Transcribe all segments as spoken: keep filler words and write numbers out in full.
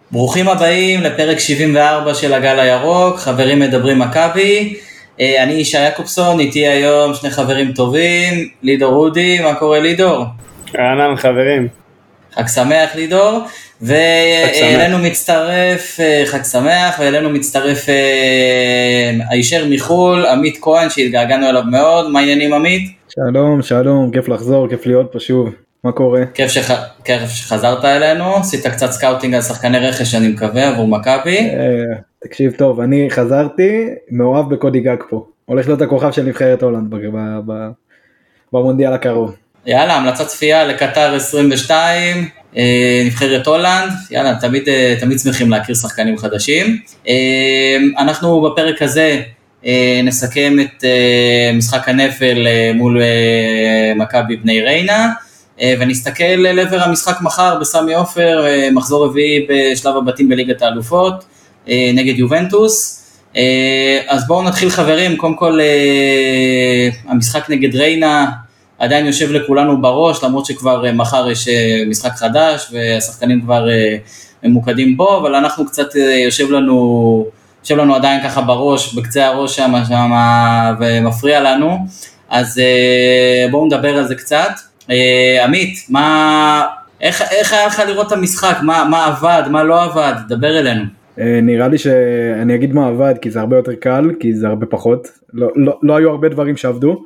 ברוכים הבאים לפרק שבעים וארבע של הגל הירוק, חברים מדברים מכבי, אני ישי יעקובסון, איתי היום שני חברים טובים, לידור רודי, מה קורה לידור? אהלן חברים. חג שמח לידור, ואלינו מצטרף, חג שמח, ואלינו מצטרף הישר מחול, עמית כהן שהתגעגענו אליו מאוד, מה העניינים עמית? שלום, שלום, כיף לחזור, כיף להיות פה שוב. מה קורה? כיף, שח... כיף שחזרת אלינו, עשית קצת סקאוטינג על שחקני רכש אני מקווה עבור מכבי. תקשיב טוב, אני חזרתי מעורב בקודי גג פה, הולך להיות הכוכב של נבחרת הולנד במונדיאל הקרוב. יאללה, המלצת צפייה לקטר עשרים ושתיים, נבחרת הולנד, יאללה, תמיד, תמיד שמחים להכיר שחקנים חדשים. אנחנו בפרק הזה נסכם את משחק הנפל מול מכבי בני ריינה, ונסתכל לעבר המשחק מחר בסמי עופר, מחזור רביעי בשלב הבתים בליגת האלופות, נגד יובנטוס. אז בואו נתחיל חברים, קודם כל המשחק נגד ריינה עדיין יושב לכולנו בראש, למרות שכבר מחר יש משחק חדש, והשחקנים כבר ממוקדים בו, אבל אנחנו קצת יושב לנו, יושב לנו עדיין ככה בראש, בקצה הראש שם, שם ומפריע לנו, אז בואו נדבר על זה קצת. עמית, מה, איך, איך היה לך לראות את המשחק? מה, מה עבד, מה לא עבד? דבר אלינו. נראה לי שאני אגיד מה עבד, כי זה הרבה יותר קל, כי זה הרבה פחות. לא, לא, לא היו הרבה דברים שעבדו.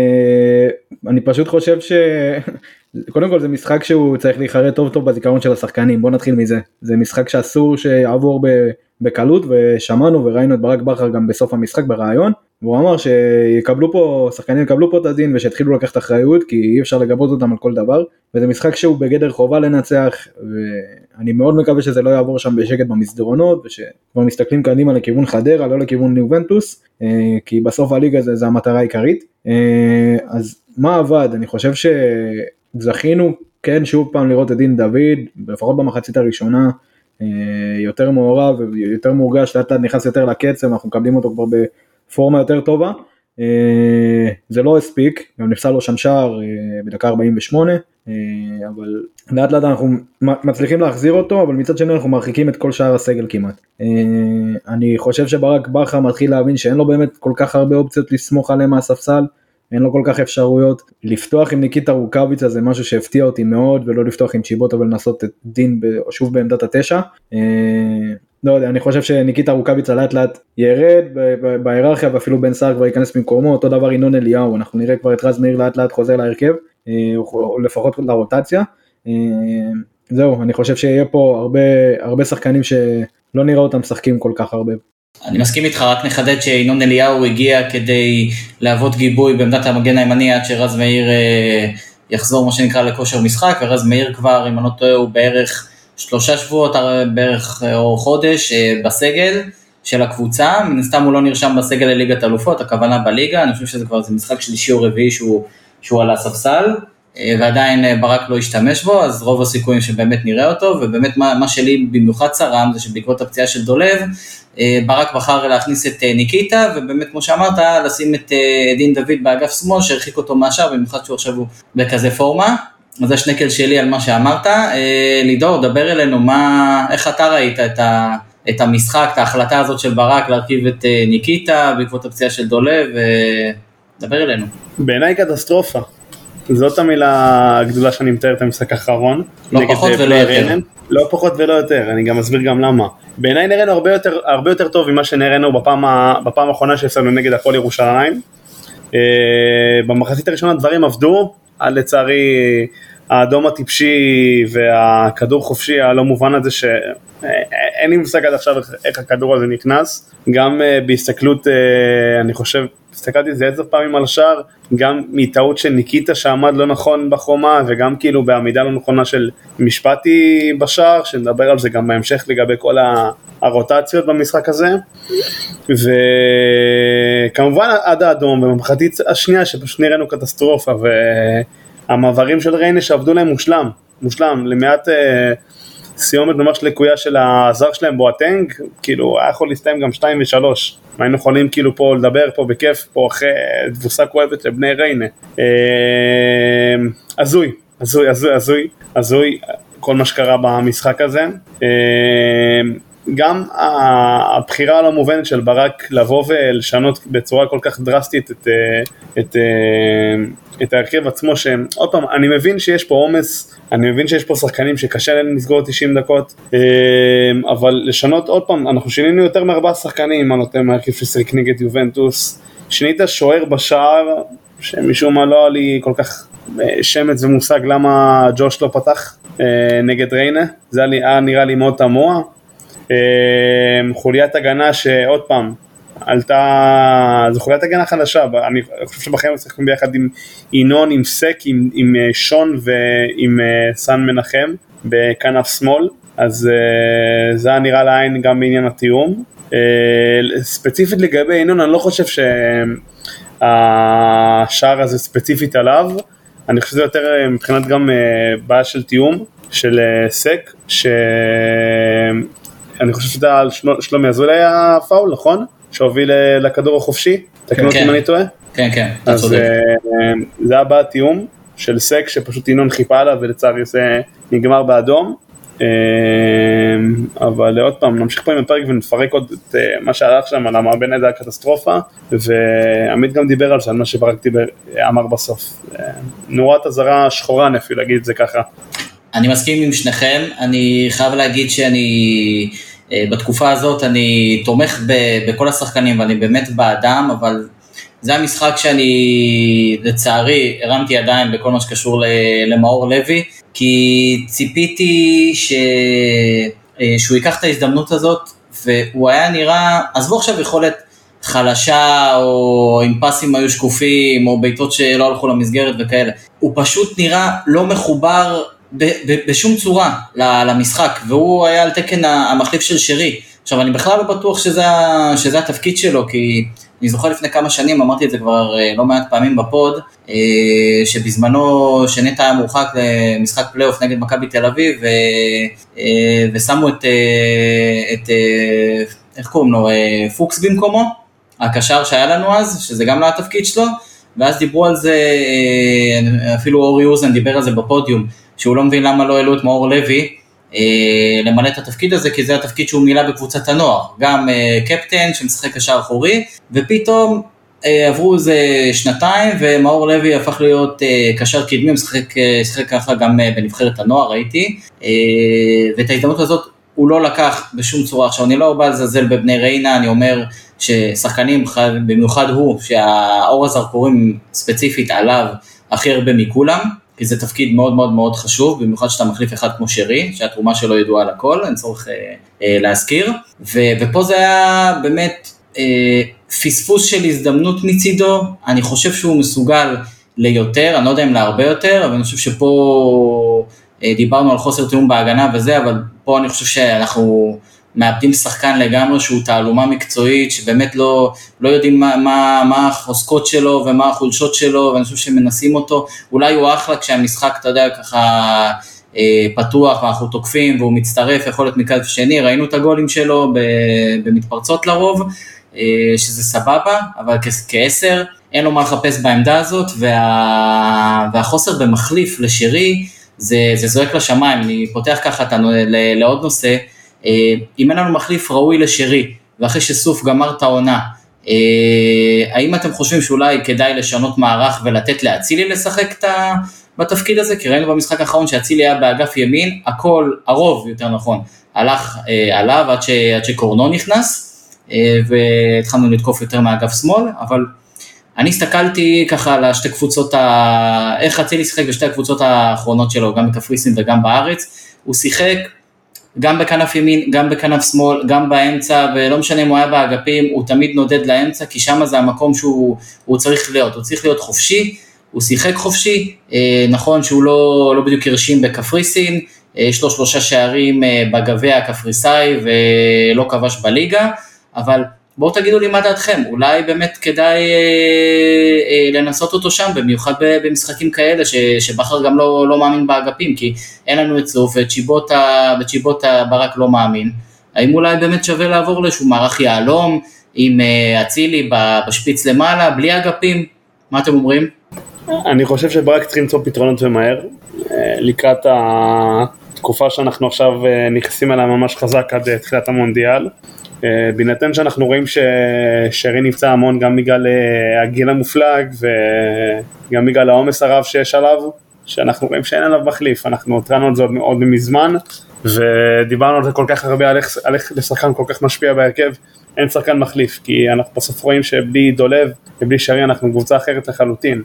אני פשוט חושב ש... קודם כל זה משחק שהוא צריך להיחרט טוב טוב בזיכרון של השחקנים. בוא נתחיל מזה. זה משחק שאסור שיעבור בקלות, ושמענו וראינו את ברק בכר גם בסוף המשחק ברעיון. והוא אמר שיקבלו פה, שחקנים יקבלו פה את הדין ושהתחילו לקחת אחריות, כי אי אפשר לגבות אותם על כל דבר, וזה משחק שהוא בגדר חובה לנצח, ואני מאוד מקווה שזה לא יעבור שם בשקט במסדרונות, ושכבר מסתכלים קדימה לכיוון חדרה, לא לכיוון יובנטוס, כי בסוף הליגה זה, זה המטרה העיקרית. אז מה עבד? אני חושב שזכינו, כן, שוב פעם לראות את דין דוד, לפחות במחצית הראשונה, יותר מעורב ויותר מורגש, לאט לאט נכנס יותר לקצב, אנחנו מקבלים אותו כבר בפורמה יותר טובה, זה לא הספיק, גם נפסל לו שם שער בדקה ארבעים ושמונה, אבל לאט לאט אנחנו מצליחים להחזיר אותו, אבל מצד שני אנחנו מרחיקים את כל שער הסגל כמעט. אני חושב שברק בכר מתחיל להבין שאין לו באמת כל כך הרבה אופציות לסמוך עליהם מהספסל, אין לו כל כך אפשרויות, לפתוח עם ניקיטה רוקאביצה זה משהו שהפתיע אותי מאוד, ולא לפתוח עם צ'יבוטה ולנסות את דין שוב בעמדת התשע. לא יודע, אני חושב שניקיטה רוקאביצה לאט לאט ירד בהיררכיה, ואפילו בן סער כבר ייכנס במקומו, אותו דבר ינון אליהו, אנחנו נראה כבר את רז מאיר לאט לאט חוזר להרכב, או לפחות לרוטציה. זהו, אני חושב שיהיה פה הרבה, הרבה שחקנים שלא נראה אותם משחקים כל כך הרבה. אני מסכים איתך, רק נחדד שינון אליהו הגיע כדי להוות גיבוי בעמדת המגן הימני, עד שרז מאיר יחזור מה שנקרא לכושר משחק, ורז מאיר כבר, אם אני לא טועה, הוא בערך שלושה שבועות, בערך או חודש בסגל של הקבוצה, מן הסתם הוא לא נרשם בסגל לליגת אלופות, הכוונה בליגה, אני חושב שזה כבר זה משחק שלישי או רביעי שהוא, שהוא על הספסל, ועדיין ברק לא השתמש בו, אז רוב הסיכויים שבאמת נראה אותו, ובאמת מה, מה שלי במיוחד צרם, זה שבעקבות הפציעה של דולב, ברק בחר להכניס את ניקיטה, ובאמת כמו שאמרת, לשים את דין דוד באגף שמאל, שהרחיק אותו מהשאר, במיוחד שהוא עכשיו הוא בכזה פורמה, אז זה שנקל שלי על מה שאמרת. לידור, דבר אלינו, מה, איך אתה ראית את, ה, את המשחק, את ההחלטה הזאת של ברק, להרכיב את ניקיטה, בעקבות הפציעה של דולב, דבר אלינו. בעיניי קטסטרופה. זאת המילה הגדולה שאני מתאר את המשחק האחרון. לא פחות ולא יותר. לא פחות ולא יותר, אני גם אסביר גם למה. בעיניי נראינו הרבה יותר, הרבה יותר טוב ממה שנראינו בפעם, בפעם האחרונה שהפסדנו נגד הפועל ירושלים. במחצית הראשונה דברים עבדו, על לצערי האדום הטיפשי והכדור חופשי הלא מובן הזה שאין לי מושג עד עכשיו איך הכדור הזה נכנס. גם בהסתכלות, אני חושב, הסתכלתי את זה עשר פעמים על השער, גם מטעות של ניקיטה שעמד לא נכון בחומה, וגם כאילו בעמידה לא נכונה של משפטי בשער, שנדבר על זה גם בהמשך לגבי כל הרוטציות במשחק הזה, וכמובן עד האדום, במחצית השנייה שפשוט נראינו קטסטרופה, והמעברים של ריינה שעבדו להם מושלם, מושלם, למעט סיומת ממש לקויה של הזר שלהם בואטנג, כאילו היה יכול להסתיים גם שתיים ושלוש, היינו יכולים כאילו פה לדבר פה בכיף, פה אחרי תבוסה כואבת לבני ריינה. הזוי, הזוי, הזוי, הזוי, הזוי, כל מה שקרה במשחק הזה. גם הבחירה הלא מובנת של ברק לבוא ולשנות בצורה כל כך דרסטית את, את, את ההרכב עצמו, שעוד פעם, אני מבין שיש פה עומס, אני מבין שיש פה שחקנים שקשה להם לסגור תשעים דקות, אבל לשנות עוד פעם, אנחנו שינינו יותר מארבעה שחקנים, מה נותן מהרכב ששחק נגד יובנטוס, שנית שוער בשער, שמשום מה לא היה לי כל כך שמץ ומושג למה ג'וש לא פתח נגד ריינה, זה היה נראה לי מאוד תמוה. חוליית הגנה שעוד פעם עלתה, זו חוליית הגנה חדשה, אני חושב שבחיים משחקים ביחד עם אינון, עם סק, עם, עם שון ועם סן מנחם בכנף שמאל, אז זה היה נראה לעין גם בעניין התיאום. ספציפית לגבי אינון, אני לא חושב שהשער הזה ספציפית עליו, אני חושב שזה יותר מבחינת גם בעיה של תיאום של סק, ש... אני חושב שזה על שלומי אזולאי הפאול, נכון? שהוביל לכדור החופשי, תקנו אותי אם אני טועה? כן, כן, אז זה הבא תיאום של סק שפשוט אינון חיפה עליו ולצערי זה נגמר באדום, אבל עוד פעם נמשיך פה עם הפרק ונפרק עוד את מה שהלך שם על המאבן הזה הקטסטרופה, ועמית גם דיבר על זה, על מה שברק דיבר, אמר בסוף, נורת הזרה שחורה נפי להגיד את זה ככה. אני מסכים עם שניכם, אני חייב להגיד שאני בתקופה הזאת אני תומך בכל השחקנים ואני באמת באדם, אבל זה המשחק שאני לצערי הרמתי ידיים בכל מה שקשור למאור לוי, כי ציפיתי ש... שהוא ייקח את ההזדמנות הזאת, והוא היה נראה, עזבו עכשיו יכולת חלשה, או עם פסים היו שקופים, או ביתות שלא הלכו למסגרת וכאלה, הוא פשוט נראה לא מחובר בשום צורה למשחק, והוא היה על תקן המחליף של שרי. עכשיו אני בכלל לא בטוח שזה, שזה התפקיד שלו, כי אני זוכר לפני כמה שנים, אמרתי את זה כבר לא מעט פעמים בפוד, שבזמנו שנטע היה מורחק למשחק פלייאוף נגד מכבי תל אביב, ושמו את, את איך קוראים לו, פוקס במקומו, הקשר שהיה לנו אז, שזה גם לא התפקיד שלו, ואז דיברו על זה, אפילו אורי אוזן דיבר על זה בפודיום, שהוא לא מבין למה לא העלו את מאור לוי אה, למלא את התפקיד הזה, כי זה התפקיד שהוא מילא בקבוצת הנוער, גם אה, קפטן שמשחק קשר אחורי, ופתאום אה, עברו איזה שנתיים, ומאור לוי הפך להיות אה, קשר קדמי, משחק, אה, משחק ככה גם אה, בנבחרת הנוער, ראיתי, אה, ואת ההזדמנות הזאת הוא לא לקח בשום צורה. עכשיו אני לא בא לזלזל בבני ריינה, אני אומר ששחקנים, במיוחד הוא, שהאור הזרקורים ספציפית עליו הכי הרבה מכולם, כי זה תפקיד מאוד מאוד מאוד חשוב, במיוחד שאתה מחליף אחד כמו שרי, שהתרומה שלו ידועה לכל, אין צורך אה, אה, להזכיר, ו, ופה זה היה באמת אה, פספוס של הזדמנות מצידו, אני חושב שהוא מסוגל ליותר, אני לא יודע אם להרבה יותר, אבל אני חושב שפה אה, דיברנו על חוסר תיאום בהגנה וזה, אבל פה אני חושב שאנחנו מאבדים שחקן לגמרי שהוא תעלומה מקצועית, שבאמת לא, לא יודעים מה, מה, מה החוזקות שלו ומה החולשות שלו, ואני חושב שמנסים אותו, אולי הוא אחלה כשהמשחק, אתה יודע, ככה אה, פתוח, ואנחנו תוקפים, והוא מצטרף, יכול להיות מקו שני, ראינו את הגולים שלו במתפרצות לרוב, אה, שזה סבבה, אבל כ- כעשר, אין לו מה לחפש בעמדה הזאת, וה, והחוסר במחליף לשרי, זה, זה זועק לשמיים. אני פותח ככה אותנו לעוד נושא, אם אין לנו מחליף ראוי לשרי, ואחרי שסוף גמר את העונה, האם אתם חושבים שאולי כדאי לשנות מערך ולתת להצילי לשחק בתפקיד הזה? כי ראינו במשחק האחרון שהצילי היה באגף ימין, הכל, הרוב יותר נכון, הלך עליו עד, ש, עד שקורנו נכנס, והתחלנו לתקוף יותר מאגף שמאל, אבל אני הסתכלתי ככה על השתי קבוצות, ה... איך אצילי שיחק בשתי הקבוצות האחרונות שלו, גם בקפריסין וגם בארץ, הוא שיחק גם בכנף ימין, גם בכנף שמאל, גם באמצע, ולא משנה אם הוא היה באגפים, הוא תמיד נודד לאמצע, כי שם זה המקום שהוא הוא צריך להיות, הוא צריך להיות חופשי, הוא שיחק חופשי, נכון שהוא לא, לא בדיוק הרשים בקפריסין, יש לו שלושה שערים בגביע הקפריסאי, ולא כבש בליגה, אבל בואו תגידו לי מה דעתכם, אולי באמת כדאי אה, אה, לנסות אותו שם, במיוחד במשחקים כאלה, ש, שבחר גם לא, לא מאמין באגפים, כי אין לנו את סוף, וצ'יבוטה ברק לא מאמין, האם אולי באמת שווה לעבור לאיזשהו מערך יעלום, עם אה, אצילי בשפיץ למעלה, בלי אגפים, מה אתם אומרים? אני חושב שברק צריך למצוא פתרונות ומהר, לקראת תקופה שאנחנו עכשיו נכנסים אליה ממש חזק עד תחילת המונדיאל, בינתן שאנחנו רואים ששרי נפצע המון גם בגלל הגיל המופלג וגם בגלל העומס הרב שיש עליו, שאנחנו רואים שאין עליו מחליף, אנחנו התרענו על זה עוד מזמן, ודיברנו על זה כל כך הרבה, על איך לשחקן כל כך משפיע בהרכב, אין שחקן מחליף, כי אנחנו בסוף רואים שבלי דולב ובלי שרי אנחנו קבוצה אחרת לחלוטין.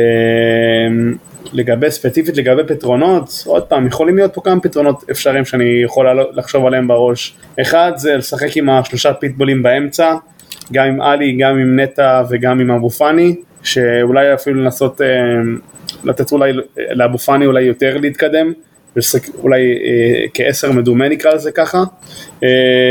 לגבי ספציפית, לגבי פתרונות, עוד פעם, יכולים להיות פה כמה פתרונות אפשריים שאני יכול לחשוב עליהם בראש. אחד זה לשחק עם השלושה פיטבולים באמצע, גם עם אלי, גם עם נטה וגם עם אבו פאני, שאולי אפילו לנסות לתת אולי לאבו פאני אולי יותר להתקדם, אולי אה, כעשר מדומה נקרא לזה ככה, אה,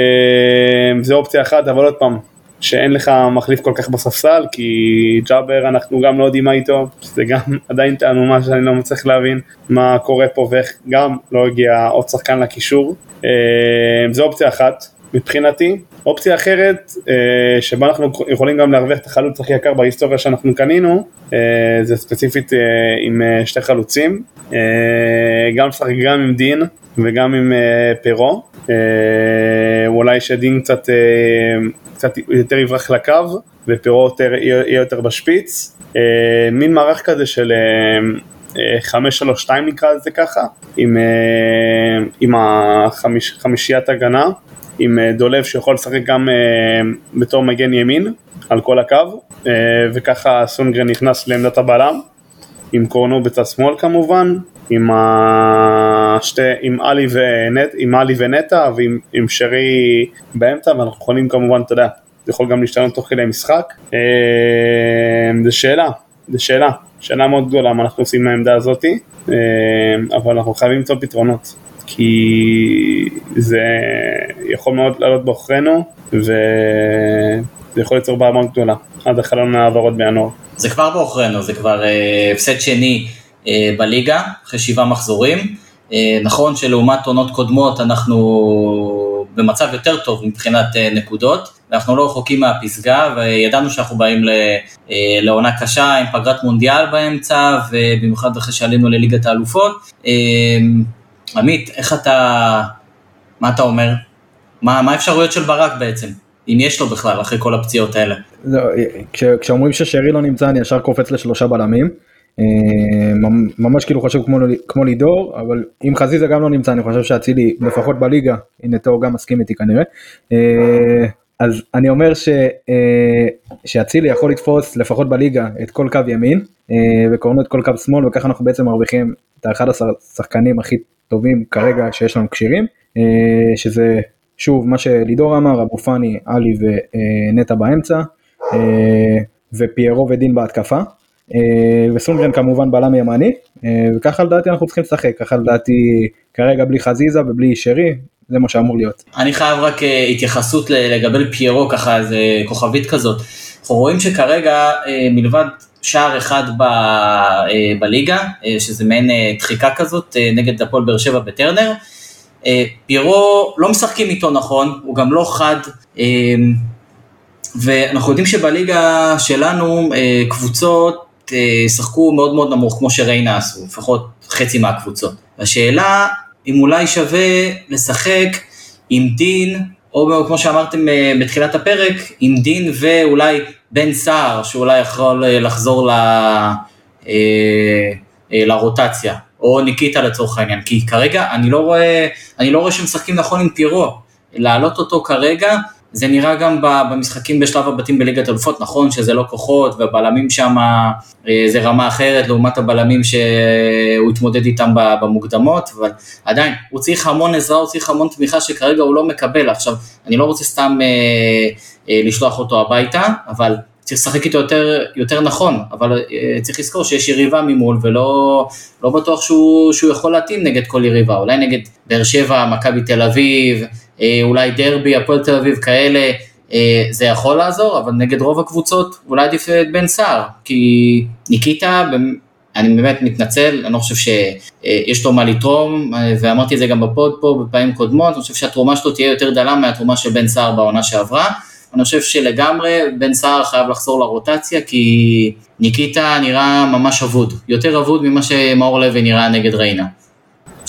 זה אופציה אחת, אבל עוד פעם, שאין לך מחליף כל כך בספסל, כי ג'אבר אנחנו גם לא יודעים מה איתו, זה גם עדיין טענו מה שאני לא מצליח להבין מה קורה פה, ואיך גם לא הגיע עוד שחקן לקישור, אה, זה אופציה אחת מבחינתי. אופציה אחרת, אה, שבה אנחנו יכולים גם להרוויח את החלוץ הכי יקר בהיסטוריה שאנחנו קנינו, אה, זה ספציפית אה, עם אה, שתי חלוצים, אה, גם לשחק גם עם דין וגם עם אה, פירו, אה, אולי שדין קצת, אה, קצת יותר יברח לקו, ופירו יותר, יהיה יותר בשפיץ, אה, מין מערך כזה של אה, חמש שלוש שתיים נקרא לזה ככה, עם, אה, עם החמיש, חמישיית הגנה, עם דולב שיכול לשחק גם uh, בתור מגן ימין על כל הקו, uh, וככה סונגרן נכנס לעמדת הבלם, עם קורנו בצד שמאל כמובן, עם, השתי, עם, אלי ונט, עם אלי ונטה ועם עם שרי באמצע, ואנחנו יכולים כמובן, אתה יודע, זה יכול גם להשתנות תוך כדי משחק. Uh, זה שאלה, זה שאלה, שאלה מאוד גדולה מה אנחנו עושים מהעמדה הזאת, uh, אבל אנחנו חייבים למצוא פתרונות. כי זה יכול מאוד לעלות באחרינו, וזה יכול ליצור בעיה מאוד גדולה, עד החלון העברות בינואר. זה כבר באחרינו, זה כבר uh, הפסד שני uh, בליגה, אחרי שבעה מחזורים. Uh, נכון שלעומת עונות קודמות אנחנו במצב יותר טוב מבחינת uh, נקודות, ואנחנו לא רחוקים מהפסגה, וידענו שאנחנו באים uh, לעונה קשה עם פגרת מונדיאל באמצע, ובמיוחד אחרי שעלינו לליגת האלופות. Uh, עמית, איך אתה, מה אתה אומר? מה, מה האפשרויות של ברק בעצם? אם יש לו בכלל, אחרי כל הפציעות האלה. לא, כש, כשאומרים ששרי לא נמצא, אני ישר קופץ לשלושה בלמים. ממש כאילו חושב כמו, כמו לידור, אבל אם חזיזה גם לא נמצא, אני חושב שהצילי, לפחות בליגה, הנה תאו גם מסכים איתי כנראה. אז אני אומר ש, שהצילי יכול לתפוס לפחות בליגה את כל קו ימין, וקורנו את כל קו שמאל, וככה אנחנו בעצם מרוויחים את אחד השחקנים הכי טובים כרגע שיש לנו קשירים, שזה שוב מה שלידור אמר, אבו פאני, אלי ונטה באמצע, ופיירו ודין בהתקפה, וסונגרן כמובן בלם ימני, וככה לדעתי אנחנו צריכים לשחק, ככה לדעתי כרגע בלי חזיזה ובלי שרי, זה מה שאמור להיות. אני חייב רק התייחסות לגבי פיירו, ככה איזה כוכבית כזאת, אנחנו רואים שכרגע מלבד שער אחד ב, בליגה, שזה מעין דחיקה כזאת נגד הפועל באר שבע בטרנר, פיירו לא משחקים איתו נכון, הוא גם לא חד, ואנחנו יודעים שבליגה שלנו קבוצות שחקו מאוד מאוד נמוך, כמו שריינה עשו, לפחות חצי מהקבוצות. השאלה אם אולי שווה לשחק עם דין, או כמו שאמרתם בתחילת הפרק, עם דין ואולי בן סער, שאולי יכול לחזור ל... לרוטציה, או ניקיטה לצורך העניין, כי כרגע אני לא רואה, אני לא רואה שמשחקים נכון עם פיירו, להעלות אותו כרגע, זה נראה גם במשחקים בשלב הבתים בליגת אלופות, נכון שזה לא כוחות, והבלמים שם זה רמה אחרת, לעומת הבלמים שהוא התמודד איתם במוקדמות, אבל עדיין, הוא צריך המון עזרה, הוא צריך המון תמיכה שכרגע הוא לא מקבל. עכשיו, אני לא רוצה סתם אה, אה, לשלוח אותו הביתה, אבל צריך לשחק איתו יותר, יותר נכון, אבל אה, צריך לזכור שיש יריבה ממול, ולא לא בטוח שהוא, שהוא יכול להתאים נגד כל יריבה, אולי נגד באר שבע, מכבי תל אביב, אולי דרבי, הפועל תל אביב כאלה, זה יכול לעזור, אבל נגד רוב הקבוצות אולי עדיף את בן סער, כי ניקיטה, אני באמת מתנצל, אני לא חושב שיש לו מה לתרום, ואמרתי את זה גם בפוד פה בפעמים קודמות, אני חושב שהתרומה שלו תהיה יותר דלה מהתרומה של בן סער בעונה שעברה, אני חושב שלגמרי בן סער חייב לחזור לרוטציה, כי ניקיטה נראה ממש אבוד, יותר אבוד ממה שמאור לוי נראה נגד ריינה.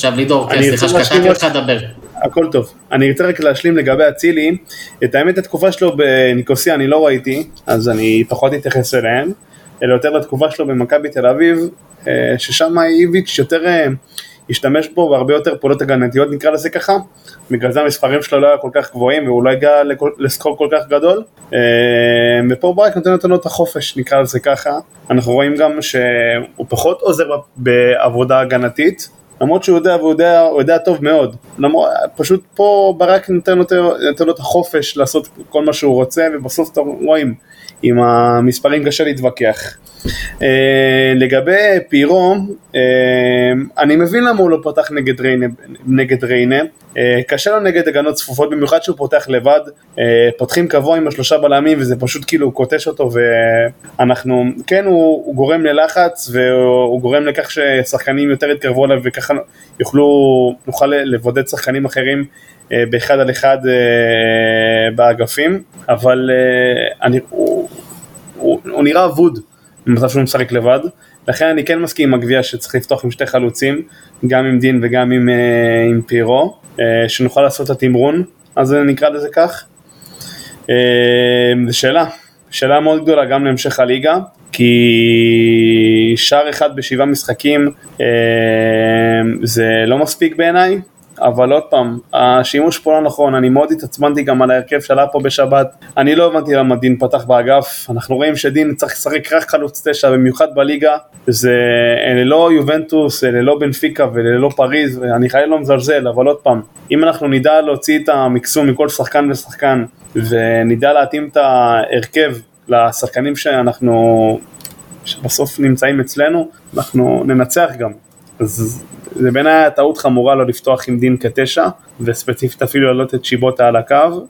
עכשיו לידור, סליחה שקטעתי אותך לדבר. הכל טוב. אני רוצה רק להשלים לגבי אצילי, את האמת התקופה שלו בניקוסיה אני לא ראיתי, אז אני פחות אתייחס אליהם, אלא יותר לתקופה שלו במכבי תל אביב, ששם איביץ' יותר השתמש בו, והרבה יותר פעולות הגנתיות נקרא לזה ככה, בגלל זה המספרים שלו לא היה כל כך גבוהים, והוא לא הגיע לסקור כל כך גדול, ופה ברק נותן אותנו את החופש, נקרא לזה ככה, אנחנו רואים גם שהוא פחות עוזר בעבודה הגנתית, למרות שהוא יודע, והוא יודע, הוא יודע טוב מאוד, למרות, פשוט פה ברק נותן, נותן, נותן לו את החופש לעשות כל מה שהוא רוצה, ובסוף אתם רואים, עם המספרים קשה להתווכח. Uh, לגבי פירו, uh, אני מבין למה הוא לא פותח נגד ריינה, נגד ריינה. Uh, קשה לו נגד הגנות צפופות, במיוחד שהוא פותח לבד, uh, פותחים קבוע עם השלושה בלמים, וזה פשוט כאילו הוא קוטש אותו, ואנחנו, כן, הוא, הוא גורם ללחץ, והוא גורם לכך ששחקנים יותר יתקרבו עליו, וככה יוכלו, נוכל לבודד שחקנים אחרים, uh, באחד על אחד uh, באגפים, אבל uh, אני, הוא, הוא, הוא נראה אבוד, במצב שהוא משחק לבד, לכן אני כן מסכים עם הגביע שצריך לפתוח עם שתי חלוצים, גם עם דין וגם עם, עם פירו, שנוכל לעשות את התמרון, אז נקרא לזה כך. זו שאלה, שאלה מאוד גדולה גם להמשך הליגה, כי שער אחד בשבעה משחקים זה לא מספיק בעיניי, אבל עוד פעם, השימוש פה לא נכון, אני מאוד התעצמנתי גם על ההרכב שלה פה בשבת, אני לא הבנתי למה דין פתח באגף, אנחנו רואים שדין צריך לשחק רק חלוץ תשע, במיוחד בליגה, זה אלה לא יובנטוס, אלה לא בנפיקה ואלה לא פריז, ואני חייב לא מזלזל, אבל עוד פעם, אם אנחנו נדע להוציא את המקסום מכל שחקן ושחקן, ונדע להתאים את ההרכב לשחקנים שאנחנו, שבסוף נמצאים אצלנו, אנחנו ננצח גם, אז זה בעיניי טעות חמורה לא לפתוח עם דין כתשע, וספציפית אפילו לעלות את שיבוטה על הקו,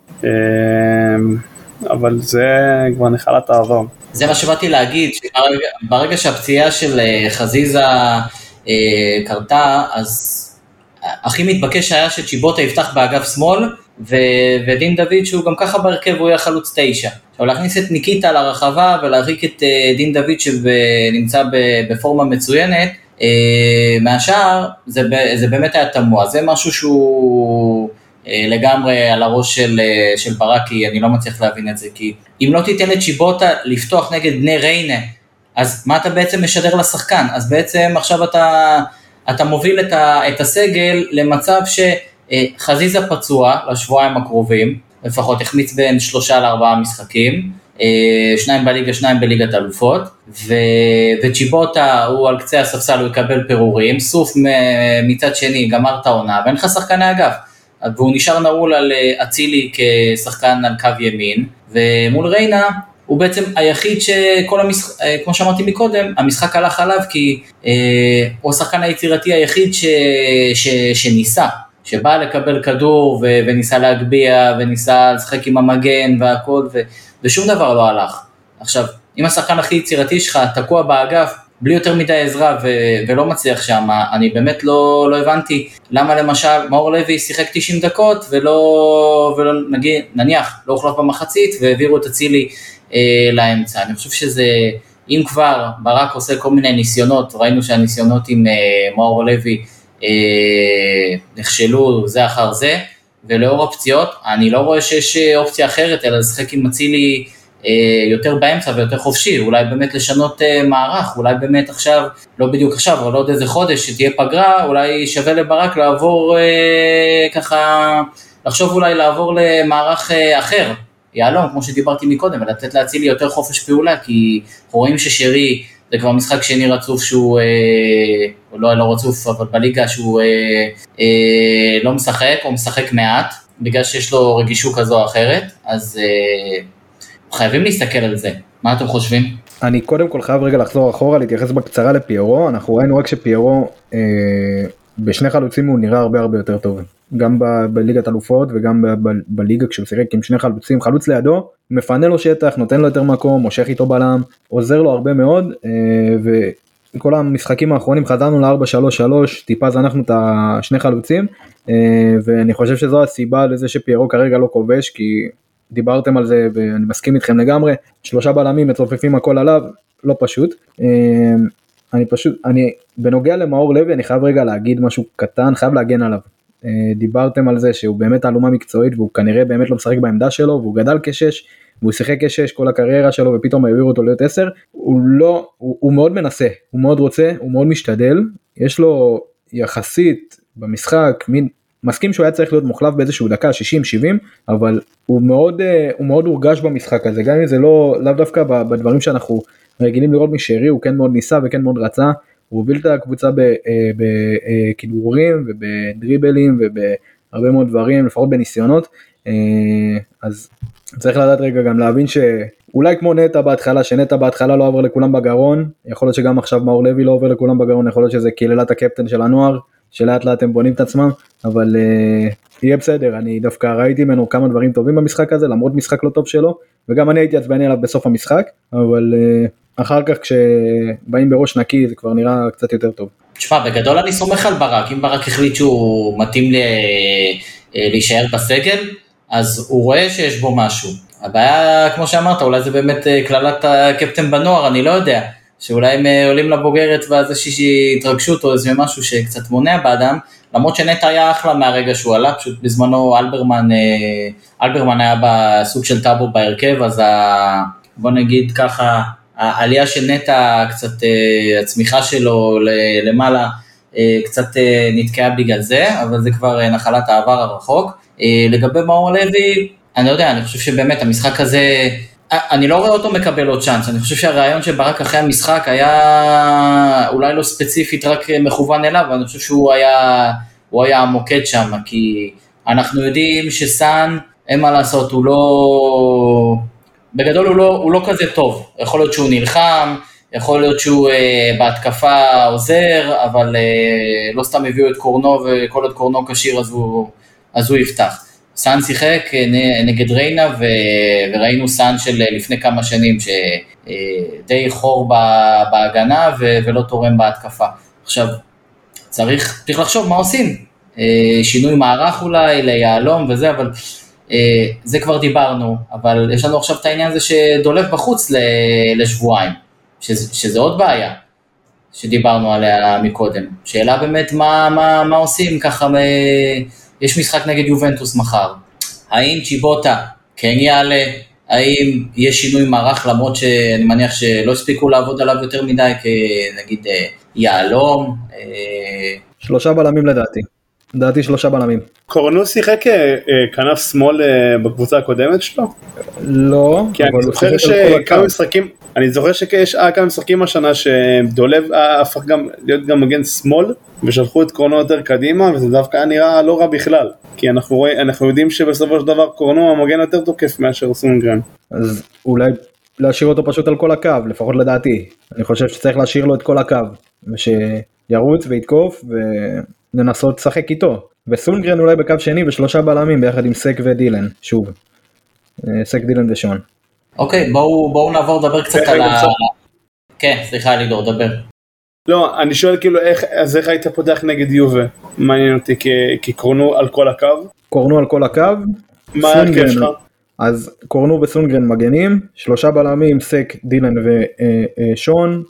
אבל זה כבר נחלת העבר. זה מה שבאתי להגיד, שברגע שהפציעה של חזיזה קרתה, אז הכי מתבקש היה שצ'יבוטה יפתח באגף שמאל, ודין דוד שהוא גם ככה בהרכב הוא יהיה חלוץ תשע. עכשיו להכניס את ניקיטה לרחבה ולהרחיק את דין דוד שנמצא בפורמה מצוינת, מהשאר זה, זה באמת היה תמוה, זה משהו שהוא לגמרי על הראש של, של ברקי, אני לא מצליח להבין את זה, כי אם לא תיתן את שיבוטה לפתוח נגד בני ריינה, אז מה אתה בעצם משדר לשחקן? אז בעצם עכשיו אתה, אתה מוביל את, ה, את הסגל למצב שחזיזה פצוע לשבועיים הקרובים, לפחות החמיץ בין שלושה לארבעה משחקים, שניים בליגה, שניים בליגת אלופות, וצ'יבוטה הוא על קצה הספסל, הוא יקבל פירורים, סוף מצד שני, גמר את העונה, ואין לך שחקני אגף, והוא נשאר נעול על אצילי כשחקן על קו ימין, ומול ריינה, הוא בעצם היחיד שכל המשחק, כמו שאמרתי מקודם, המשחק הלך עליו, כי הוא השחקן היצירתי היחיד ש, ש, שניסה, שבא לקבל כדור וניסה להגביע, וניסה לשחק עם המגן והכל, ו... ושום דבר לא הלך. עכשיו, אם השחקן הכי יצירתי שלך תקוע באגף, בלי יותר מדי עזרה ו- ולא מצליח שם, אני באמת לא, לא הבנתי למה למשל מאור לוי שיחק תשעים דקות ולא, ולא נגיד, נניח, לא הוחלף במחצית והעבירו את אצילי אה, לאמצע. אני חושב שזה, אם כבר ברק עושה כל מיני ניסיונות, ראינו שהניסיונות עם אה, מאור לוי אה, נכשלו זה אחר זה, ולאור הפציעות, אני לא רואה שיש אופציה אחרת, אלא לשחק עם אצילי יותר באמצע ויותר חופשי, אולי באמת לשנות מערך, אולי באמת עכשיו, לא בדיוק עכשיו, אבל לא עוד איזה חודש שתהיה פגרה, אולי שווה לברק לעבור ככה, לחשוב אולי לעבור למערך אחר, יעלום, כמו שדיברתי מקודם, ולתת להצילי יותר חופש פעולה, כי רואים ששרי, זה כבר משחק שני רצוף שהוא, אה, לא, לא רצוף, אבל בליגה שהוא אה, אה, לא משחק, או משחק מעט, בגלל שיש לו רגישות כזו או אחרת, אז אה, חייבים להסתכל על זה. מה אתם חושבים? אני קודם כל חייב רגע לחזור אחורה, להתייחס בקצרה לפיירו, אנחנו ראינו רק שפיירו אה, בשני חלוצים הוא נראה הרבה הרבה יותר טוב, גם ב- בליגת אלופות וגם ב- ב- בליגה כשהוא שיחק עם שני חלוצים, חלוץ לידו, מפנה לו שטח, נותן לו יותר מקום, מושך איתו בלם, עוזר לו הרבה מאוד, וכל המשחקים האחרונים חזרנו ל-ארבע שלוש שלוש, טיפה זנחנו את השני חלוצים, ואני חושב שזו הסיבה לזה שפיירו כרגע לא כובש, כי דיברתם על זה ואני מסכים איתכם לגמרי, שלושה בלמים מצופפים הכל עליו, לא פשוט. אני פשוט, אני, בנוגע למאור לוי, אני חייב רגע להגיד משהו קטן, חייב להגן עליו. דיברתם על זה שהוא באמת תעלומה מקצועית, והוא כנראה באמת לא משחק בעמדה שלו, והוא גדל כשש, והוא שיחק כשש כל הקריירה שלו, ופתאום העבירו אותו להיות עשר, הוא לא, הוא, הוא מאוד מנסה, הוא מאוד רוצה, הוא מאוד משתדל, יש לו יחסית במשחק, מין, מסכים שהוא היה צריך להיות מוחלף באיזשהו דקה, שישים שבעים, אבל הוא מאוד, הוא מאוד הורגש במשחק הזה, גם אם זה לא, לאו דווקא בדברים שאנחנו רגילים לראות משארי, הוא כן מאוד ניסה וכן מאוד רצה, הוא הוביל את הקבוצה בכדרורים ובדריבלים ובהרבה מאוד דברים, לפחות בניסיונות, אז צריך לדעת רגע גם להבין שאולי כמו נטע בהתחלה, שנטע בהתחלה לא עובר לכולם בגרון, יכול להיות שגם עכשיו מאור לוי לא עובר לכולם בגרון, יכול להיות שזה קיללת הקפטן של הנוער, שלאט לאט הם בונים את עצמם, אבל יהיה בסדר, אני דווקא ראיתי ממנו כמה דברים טובים במשחק הזה, למרות משחק לא טוב שלו, וגם אני הייתי עצבני עליו בסוף המשחק, אבל אחר כך כשבאים בראש נקי זה כבר נראה קצת יותר טוב. תשמע, בגדול אני סומך על ברק, אם ברק החליט שהוא מתאים להישאר בסגל, אז הוא רואה שיש בו משהו. הבעיה, כמו שאמרת, אולי זה באמת כללת הקפטן בנוער, אני לא יודע, שאולי הם עולים לבוגרת ואז איזושהי התרגשות או איזה משהו שקצת מונע באדם, למרות שנטע היה אחלה מהרגע שהוא עלה, פשוט בזמנו אלברמן, אלברמן היה בסוג של טאבו בהרכב, אז ה, בוא נגיד ככה, העלייה של נטע, קצת הצמיחה שלו למעלה, קצת נתקעה בגלל זה, אבל זה כבר נחלת העבר הרחוק. לגבי מאור לוי, אני לא יודע, אני חושב שבאמת המשחק הזה, אני לא רואה אותו מקבל עוד צ'אנס, אני חושב שהרעיון שברק אחרי המשחק היה אולי לא ספציפית רק מכוון אליו, אבל אני חושב שהוא היה, הוא היה המוקד שם, כי אנחנו יודעים שסן, אין מה לעשות, הוא לא, בגדול הוא לא, הוא לא כזה טוב, יכול להיות שהוא נלחם, יכול להיות שהוא אה, בהתקפה עוזר, אבל אה, לא סתם הביאו את קורנו, וכל עוד קורנו קשיר אז הוא, אז הוא יפתח. סן שיחק נגד ריינה, ו... וראינו סן של לפני כמה שנים, שדי חור בהגנה, ו... ולא תורם בהתקפה. עכשיו, צריך, צריך לחשוב מה עושים. שינוי מערך אולי, ליעלום וזה, אבל זה כבר דיברנו, אבל יש לנו עכשיו את העניין הזה שדולף בחוץ לשבועיים, שזה, שזה עוד בעיה, שדיברנו עליה מקודם. שאלה באמת מה, מה, מה עושים ככה, מ... יש משחק נגד יובנטוס מחר, האם צ'יבוטה כן יעלה, האם יש שינוי מערך, למרות שאני מניח שלא הספיקו לעבוד עליו יותר מדי, כנגיד יעלום. שלושה בלמים לדעתי, לדעתי שלושה בלמים. קורנו שיחק כנף שמאל בקבוצה הקודמת שלו? לא. כי אני זוכר שכמה משחקים, אני זוכר שיש כמה משחקים השנה שדולב הפך גם להיות גם מגן שמאל, ושלחו את קורנו יותר קדימה, וזה דווקא היה נראה לא רע בכלל, כי אנחנו, רואים, אנחנו יודעים שבסופו של דבר קורנו המגן יותר תוקף מאשר סונגרן. אז אולי להשאיר אותו פשוט על כל הקו, לפחות לדעתי. אני חושב שצריך להשאיר לו את כל הקו, ושירוץ ויתקוף וננסות לשחק איתו. וסונגרן אולי בקו שני ושלושה בלמים ביחד עם סק ודילן, שוב. סק, דילן ושון. אוקיי, בואו, בואו נעבור לדבר קצת על ה... כן, סליחה לידור, דבר. לא, אני שואל כאילו איך, אז איך היית פותח נגד יובה? מעניין אותי, כי, כי קורנו על כל הקו? קורנו על כל הקו. מה ההרכב שלך? אז קורנו וסונגרן מגנים, שלושה בלמים, סק, דילן ושון,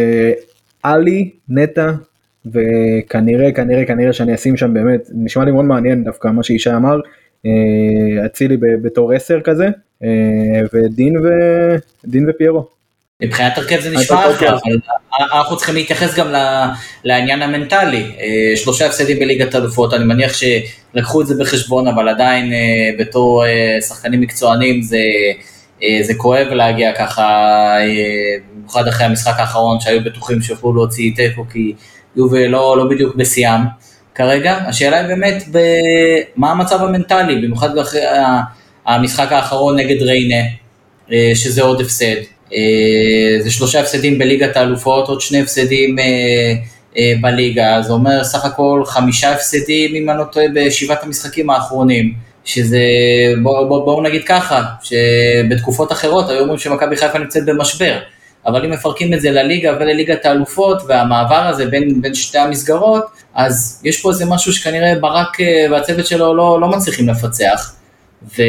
אלי, נטע, וכנראה, כנראה, כנראה שאני אשים שם באמת, נשמע לי מאוד מעניין דווקא מה שאישה אמר, אצילי בתור עשר כזה, ודין ו... דין ופיירו. מבחינת הרכב זה נשמע אחלה, אבל אנחנו צריכים להתייחס גם לעניין המנטלי, שלושה הפסדים בליגת האלופות, אני מניח שלקחו את זה בחשבון, אבל עדיין בתור שחקנים מקצוענים זה, זה כואב להגיע ככה, במיוחד אחרי המשחק האחרון שהיו בטוחים שיוכלו להוציא תיקו, כי יובל לא, לא בדיוק בסיים כרגע. השאלה היא באמת מה המצב המנטלי, במיוחד אחרי המשחק האחרון נגד ריינה, שזה עוד הפסד. זה שלושה הפסדים בליגת האלופות, עוד שני הפסדים בליגה, זה אומר סך הכל חמישה הפסדים, אם אני לא טועה, בשבעת המשחקים האחרונים, שזה, בואו בוא, בוא נגיד ככה, שבתקופות אחרות, היו אומרים שמכבי חיפה נמצאת במשבר, אבל אם מפרקים את זה לליגה ולליגת האלופות, והמעבר הזה בין, בין שתי המסגרות, אז יש פה איזה משהו שכנראה ברק והצוות שלו לא, לא מצליחים לפצח, ו...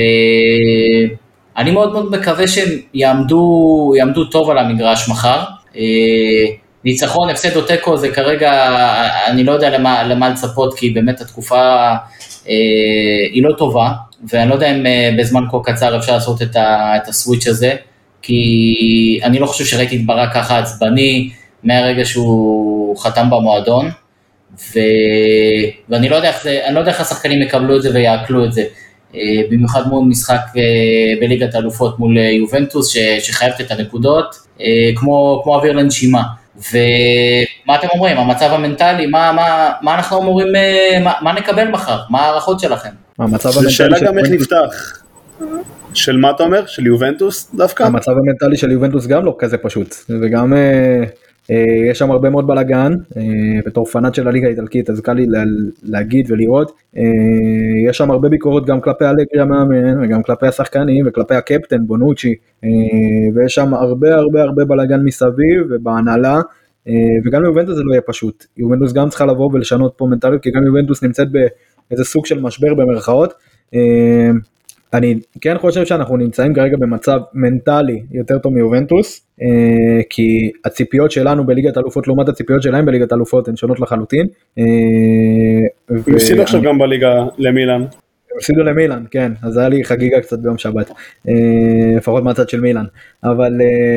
אני מאוד מאוד מקווה שהם יעמדו, יעמדו טוב על המגרש מחר, ניצחון, הפסד או תיקו, זה כרגע, אני לא יודע למה, למה לצפות, כי באמת התקופה אה, היא לא טובה, ואני לא יודע אם אה, בזמן כה קצר אפשר לעשות את, ה, את הסוויץ' הזה, כי אני לא חושב שראיתי את ברק ככה עצבני, מהרגע שהוא חתם במועדון, ו... ואני לא יודע איך זה, אני לא יודע איך השחקנים יקבלו את זה ויעקלו את זה, במיוחד מול משחק בליגת האלופות מול יובנטוס, ש... שחייבת את הנקודות, כמו, כמו אוויר לנשימה. ומה אתם אומרים, המצב המנטלי, מה, מה, מה אנחנו אומרים, מה, מה נקבל מחר, מה הערכות שלכם? זה שאלה גם איך נפתח. של מה אתה אומר? של יובנטוס דווקא? המצב המנטלי של יובנטוס גם לא כזה פשוט, וגם אה, אה, יש שם הרבה מאוד בלגן, אה, בתור פנאט של הליגה האיטלקית, אז קל לי לה, להגיד ולראות, אה, יש שם הרבה ביקורות גם כלפי אלגרי המאמן, וגם כלפי השחקנים, וכלפי הקפטן בונוצ'י, אה, ויש שם הרבה הרבה הרבה בלגן מסביב, ובהנהלה, אה, וגם יובנטוס זה לא יהיה פשוט, יובנטוס גם צריכה לבוא ולשנות פה מנטליות, כי גם יובנטוס נמצאת באיזה סוג של משבר במרכאות, אה, אני כן חושב שאנחנו נמצאים כרגע במצב מנטלי יותר טוב מיובנטוס, כי הציפיות שלנו בליגת האלופות לעומת הציפיות שלהם בליגת האלופות הן שונות לחלוטין. הם הפסידו עכשיו גם בליגה למילאן. הם הפסידו למילאן, כן, אז היה לי חגיגה קצת ביום שבת, לפחות מהצד של מילאן, אבל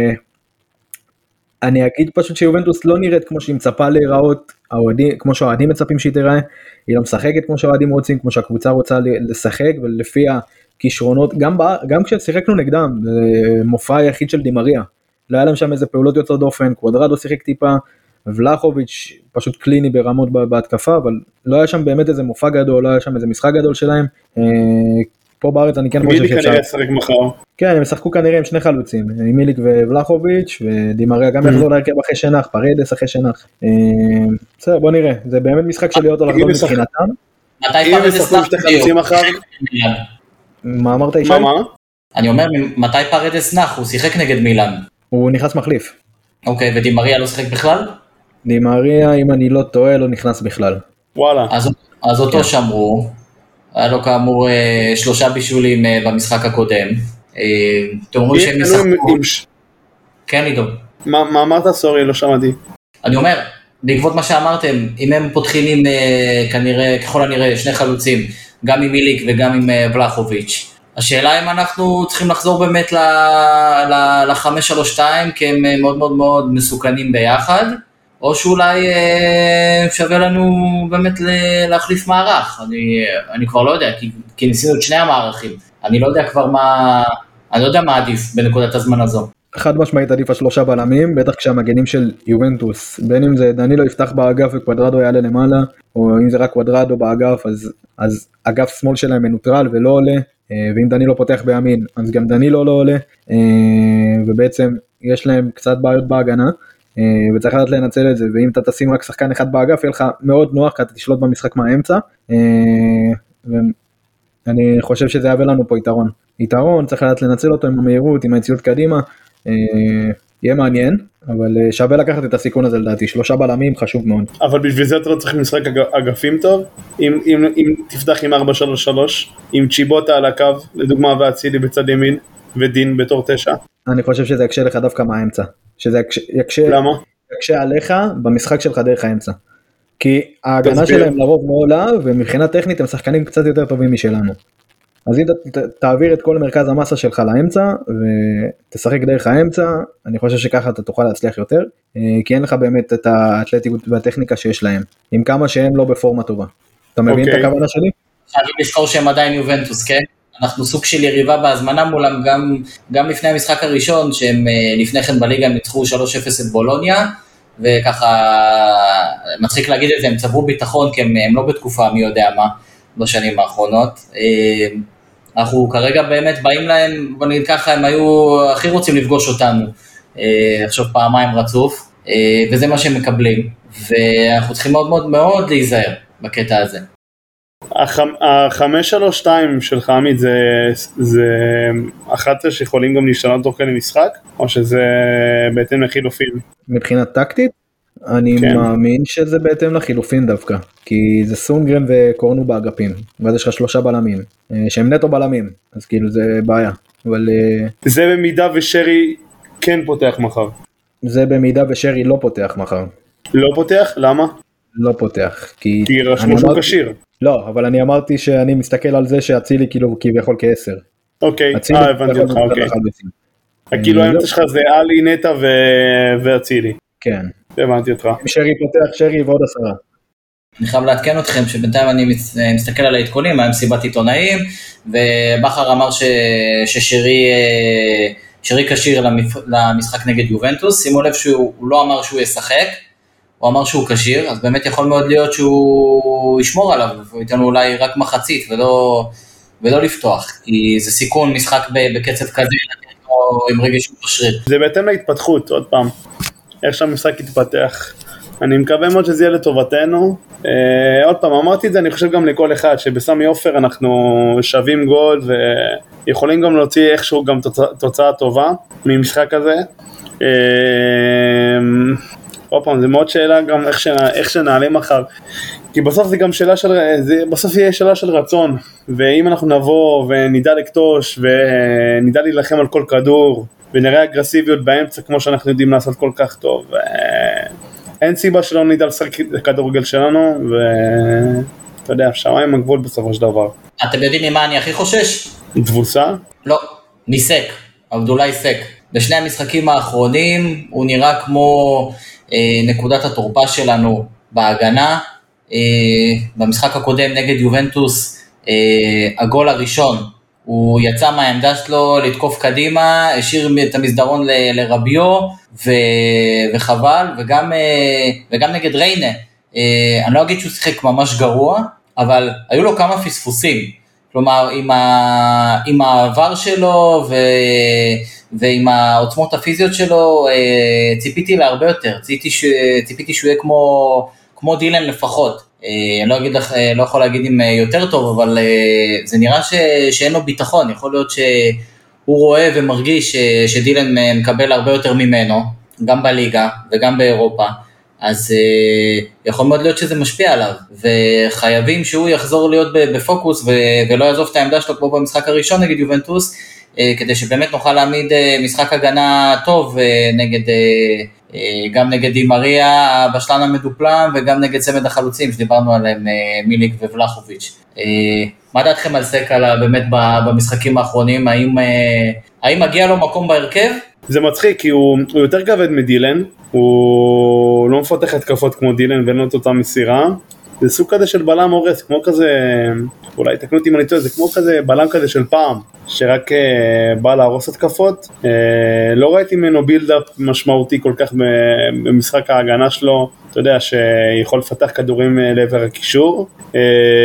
אני אגיד פשוט שיובנטוס לא נראית כמו שהיא מצפה להיראות, כמו שהאוהדים מצפים שהיא תיראה, היא לא משחקת כמו שהאוהדים רוצים, כמו שהקבוצה רוצה לשחק, ולפי הכישרונות, גם, גם כששיחקנו נגדם, מופע היחיד של דימריה, לא היה להם שם איזה פעולות יוצאות דופן, קוואדרדו שיחק טיפה, ולחוביץ' פשוט קליני ברמות בהתקפה, אבל לא היה שם באמת איזה מופע גדול, לא היה שם איזה משחק גדול שלהם, פה בארץ אני כן חושב שאפשר. מיליק כנראה ישחק מחר. כן, הם ישחקו כנראה עם שני חלוצים, מיליק ובלחוביץ' ודימריה גם יחזור להרכב אחרי שנח, פרדס אחרי שנח. בסדר, בוא נראה, זה באמת משחק של להיות או לחזור מבחינתם. מתי פרדס נח? מה אמרת ישי? אני אומר, מתי פרדס נח? הוא שיחק נגד מילאן. הוא נכנס מחליף. אוקיי, ודימריה לא שיחק בכלל? דימריה, אם אני לא טועה, לא נכנס בכלל. וואלה. אז אותו שמרו. היה לו כאמור שלושה בישולים במשחק הקודם. אתם אומרים שהם משחקו... כן, עידו. מה אמרת? סורי, לא שמעתי. אני אומר, בעקבות מה שאמרתם, אם הם פותחים עם כנראה, ככל הנראה, שני חלוצים, גם עם מיליק וגם עם ולחוביץ'. השאלה אם אנחנו צריכים לחזור באמת ל-חמש שלוש שתיים, כי הם מאוד מאוד מאוד מסוכנים ביחד, או שאולי שווה לנו באמת להחליף מערך, אני, אני כבר לא יודע, כי, כי ניסינו את שני המערכים, אני לא יודע כבר מה, אני לא יודע מה עדיף בנקודת הזמן הזו. חד משמעית עדיף השלושה בלמים, בטח כשהמגנים של יובנטוס, בין אם זה דנילו יפתח באגף וקוואדרדו יעלה למעלה, או אם זה רק קוואדרדו באגף, אז, אז אגף שמאל שלהם מנוטרל ולא עולה, ואם דנילו פותח בימין, אז גם דנילו לא עולה, ובעצם יש להם קצת בעיות בהגנה, וצריך לדעת לנצל את זה, ואם אתה תשים רק שחקן אחד באגף, יהיה לך מאוד נוח, כי אתה תשלוט במשחק מהאמצע, ואני חושב שזה יביא לנו פה יתרון. יתרון, צריך לדעת לנצל אותו עם המהירות, עם היציאות קדימה, יהיה מעניין, אבל שווה לקחת את הסיכון הזה לדעתי, שלושה בלמים חשוב מאוד. אבל בשביל זה אתה לא צריך משחק אגפים טוב, אם, אם, אם תפתח עם ארבע שלוש שלוש, עם צ'יבוטה על הקו, לדוגמה ואצילי בצד ימין, ודין בתור תשע. אני חושב שזה יקשה לך דווקא מהאמצע. שזה יקשה, למה? יקשה עליך במשחק שלך דרך האמצע. כי ההגנה שלהם לרוב לא עולה, ומבחינה טכנית הם שחקנים קצת יותר טובים משלנו. אז אם ת, תעביר את כל מרכז המסה שלך לאמצע, ותשחק דרך האמצע, אני חושב שככה אתה תוכל להצליח יותר, כי אין לך באמת את האתלטיקות והטכניקה שיש להם, עם כמה שהם לא בפורמה טובה. אתה מבין okay. את הכוונה שלי? חייבים לזכור שהם עדיין יובנטוס, כן? אנחנו סוג של יריבה בהזמנה מולם, גם, גם לפני המשחק הראשון, שהם לפני כן בליגה הם ניצחו שלוש אפס את בולוניה, וככה, מצחיק להגיד את זה, הם צברו ביטחון, כי הם, הם לא בתקופה מי יודע מה, בשנים האחרונות. אנחנו כרגע באמת באים להם, בוא נגיד ככה, הם היו הכי רוצים לפגוש אותנו, עכשיו פעמיים רצוף, וזה מה שהם מקבלים, ואנחנו צריכים מאוד מאוד מאוד להיזהר בקטע הזה. החמש שלוש שתיים שלך עמית זה, זה אחת שיכולים גם להשתנות תוך כדי משחק, או שזה בהתאם לחילופין? מבחינת טקטית, אני כן. מאמין שזה בהתאם לחילופין דווקא, כי זה סונגרן וקורנו באגפים, ואז יש לך שלושה בלמים, שהם נטו בלמים, אז כאילו זה בעיה, אבל... זה במידה ושרי כן פותח מחר. זה במידה ושרי לא פותח מחר. לא פותח? למה? לא פותח. כי... כי רשמו שהוא כשיר. לא, אבל אני אמרתי שאני מסתכל על זה שאצילי כאילו כביכול כעשר. אוקיי, אה, הבנתי אותך, אוקיי. כאילו האמצע שלך זה אלי, נטע ואצילי. כן. הבנתי אותך. שרי פותח, שרי ועוד עשרה. אני חייב לעדכן אתכם שבינתיים אני מסתכל על העדכונים, היה מסיבת עיתונאים, ובחר אמר ששרי שרי כשיר למשחק נגד יובנטוס, שימו לב שהוא לא אמר שהוא ישחק, הוא אמר שהוא כשיר, אז באמת יכול מאוד להיות שהוא ישמור עליו, והוא ייתן לו אולי רק מחצית ולא, ולא לפתוח, כי זה סיכון משחק בקצב כזה, או עם רגישות בשריר. זה בהתאם להתפתחות, עוד פעם, איך שהמשחק יתפתח. אני מקווה מאוד שזה יהיה לטובתנו. אה, עוד פעם, אמרתי את זה, אני חושב גם לכל אחד, שבסמי עופר אנחנו שווים גול, ויכולים גם להוציא איכשהו גם תוצא, תוצאה טובה ממשחק הזה. אה, עוד פעם, זה מאוד שאלה גם איך, שנע, איך שנעלה מחר, כי בסוף זה גם שאלה של, זה בסוף יהיה שאלה של רצון, ואם אנחנו נבוא ונדע לקטוש, ונדע להילחם על כל כדור, ונראה אגרסיביות באמצע, כמו שאנחנו יודעים לעשות כל כך טוב, אין סיבה שלא נדע לשחק את הכדורגל שלנו, ואתה יודע, שמיים הגבול בסופו של דבר. אתם יודעים ממה אני הכי חושש? תבוסה? לא, ניסק, עבדולאי סק. בשני המשחקים האחרונים הוא נראה כמו אה, נקודת התורפה שלנו בהגנה. אה, במשחק הקודם נגד יובנטוס, אה, הגול הראשון, הוא יצא מהעמדה שלו לתקוף קדימה, השאיר את המסדרון ל- לרביו, ו- וחבל, וגם, וגם נגד ריינה, אני לא אגיד שהוא שיחק ממש גרוע, אבל היו לו כמה פספוסים, כלומר, עם, ה- עם העבר שלו, ו- ועם העוצמות הפיזיות שלו, ציפיתי לה הרבה יותר, ציפיתי, ש- ציפיתי שהוא יהיה כמו, כמו דילן לפחות, אני לא, אגיד לך, לא יכול להגיד אם יותר טוב, אבל זה נראה ש, שאין לו ביטחון, יכול להיות שהוא רואה ומרגיש שדילן מקבל הרבה יותר ממנו, גם בליגה וגם באירופה, אז יכול מאוד להיות שזה משפיע עליו, וחייבים שהוא יחזור להיות בפוקוס ולא יעזוב את העמדה שלו כמו במשחק הראשון נגד יובנטוס, כדי שבאמת נוכל להעמיד משחק הגנה טוב נגד, גם נגד דימריה בשלן המדופלם וגם נגד צמד החלוצים שדיברנו עליהם, מיליק ובלחוביץ'. מה דעתכם על סקה באמת במשחקים האחרונים? האם, האם מגיע לו מקום בהרכב? זה מצחיק כי הוא, הוא יותר כבד מדילן, הוא לא מפתח התקפות כמו דילן ואין לו את אותה מסירה, זה סוג כזה של בלם הורס, כמו כזה, אולי תקנו אותי אם אני טועה, זה כמו כזה בלם כזה של פעם, שרק uh, בא להרוס התקפות, uh, לא ראיתי ממנו בילדאפ משמעותי כל כך במשחק ההגנה שלו, אתה יודע שיכול לפתח כדורים uh, לעבר הקישור, uh,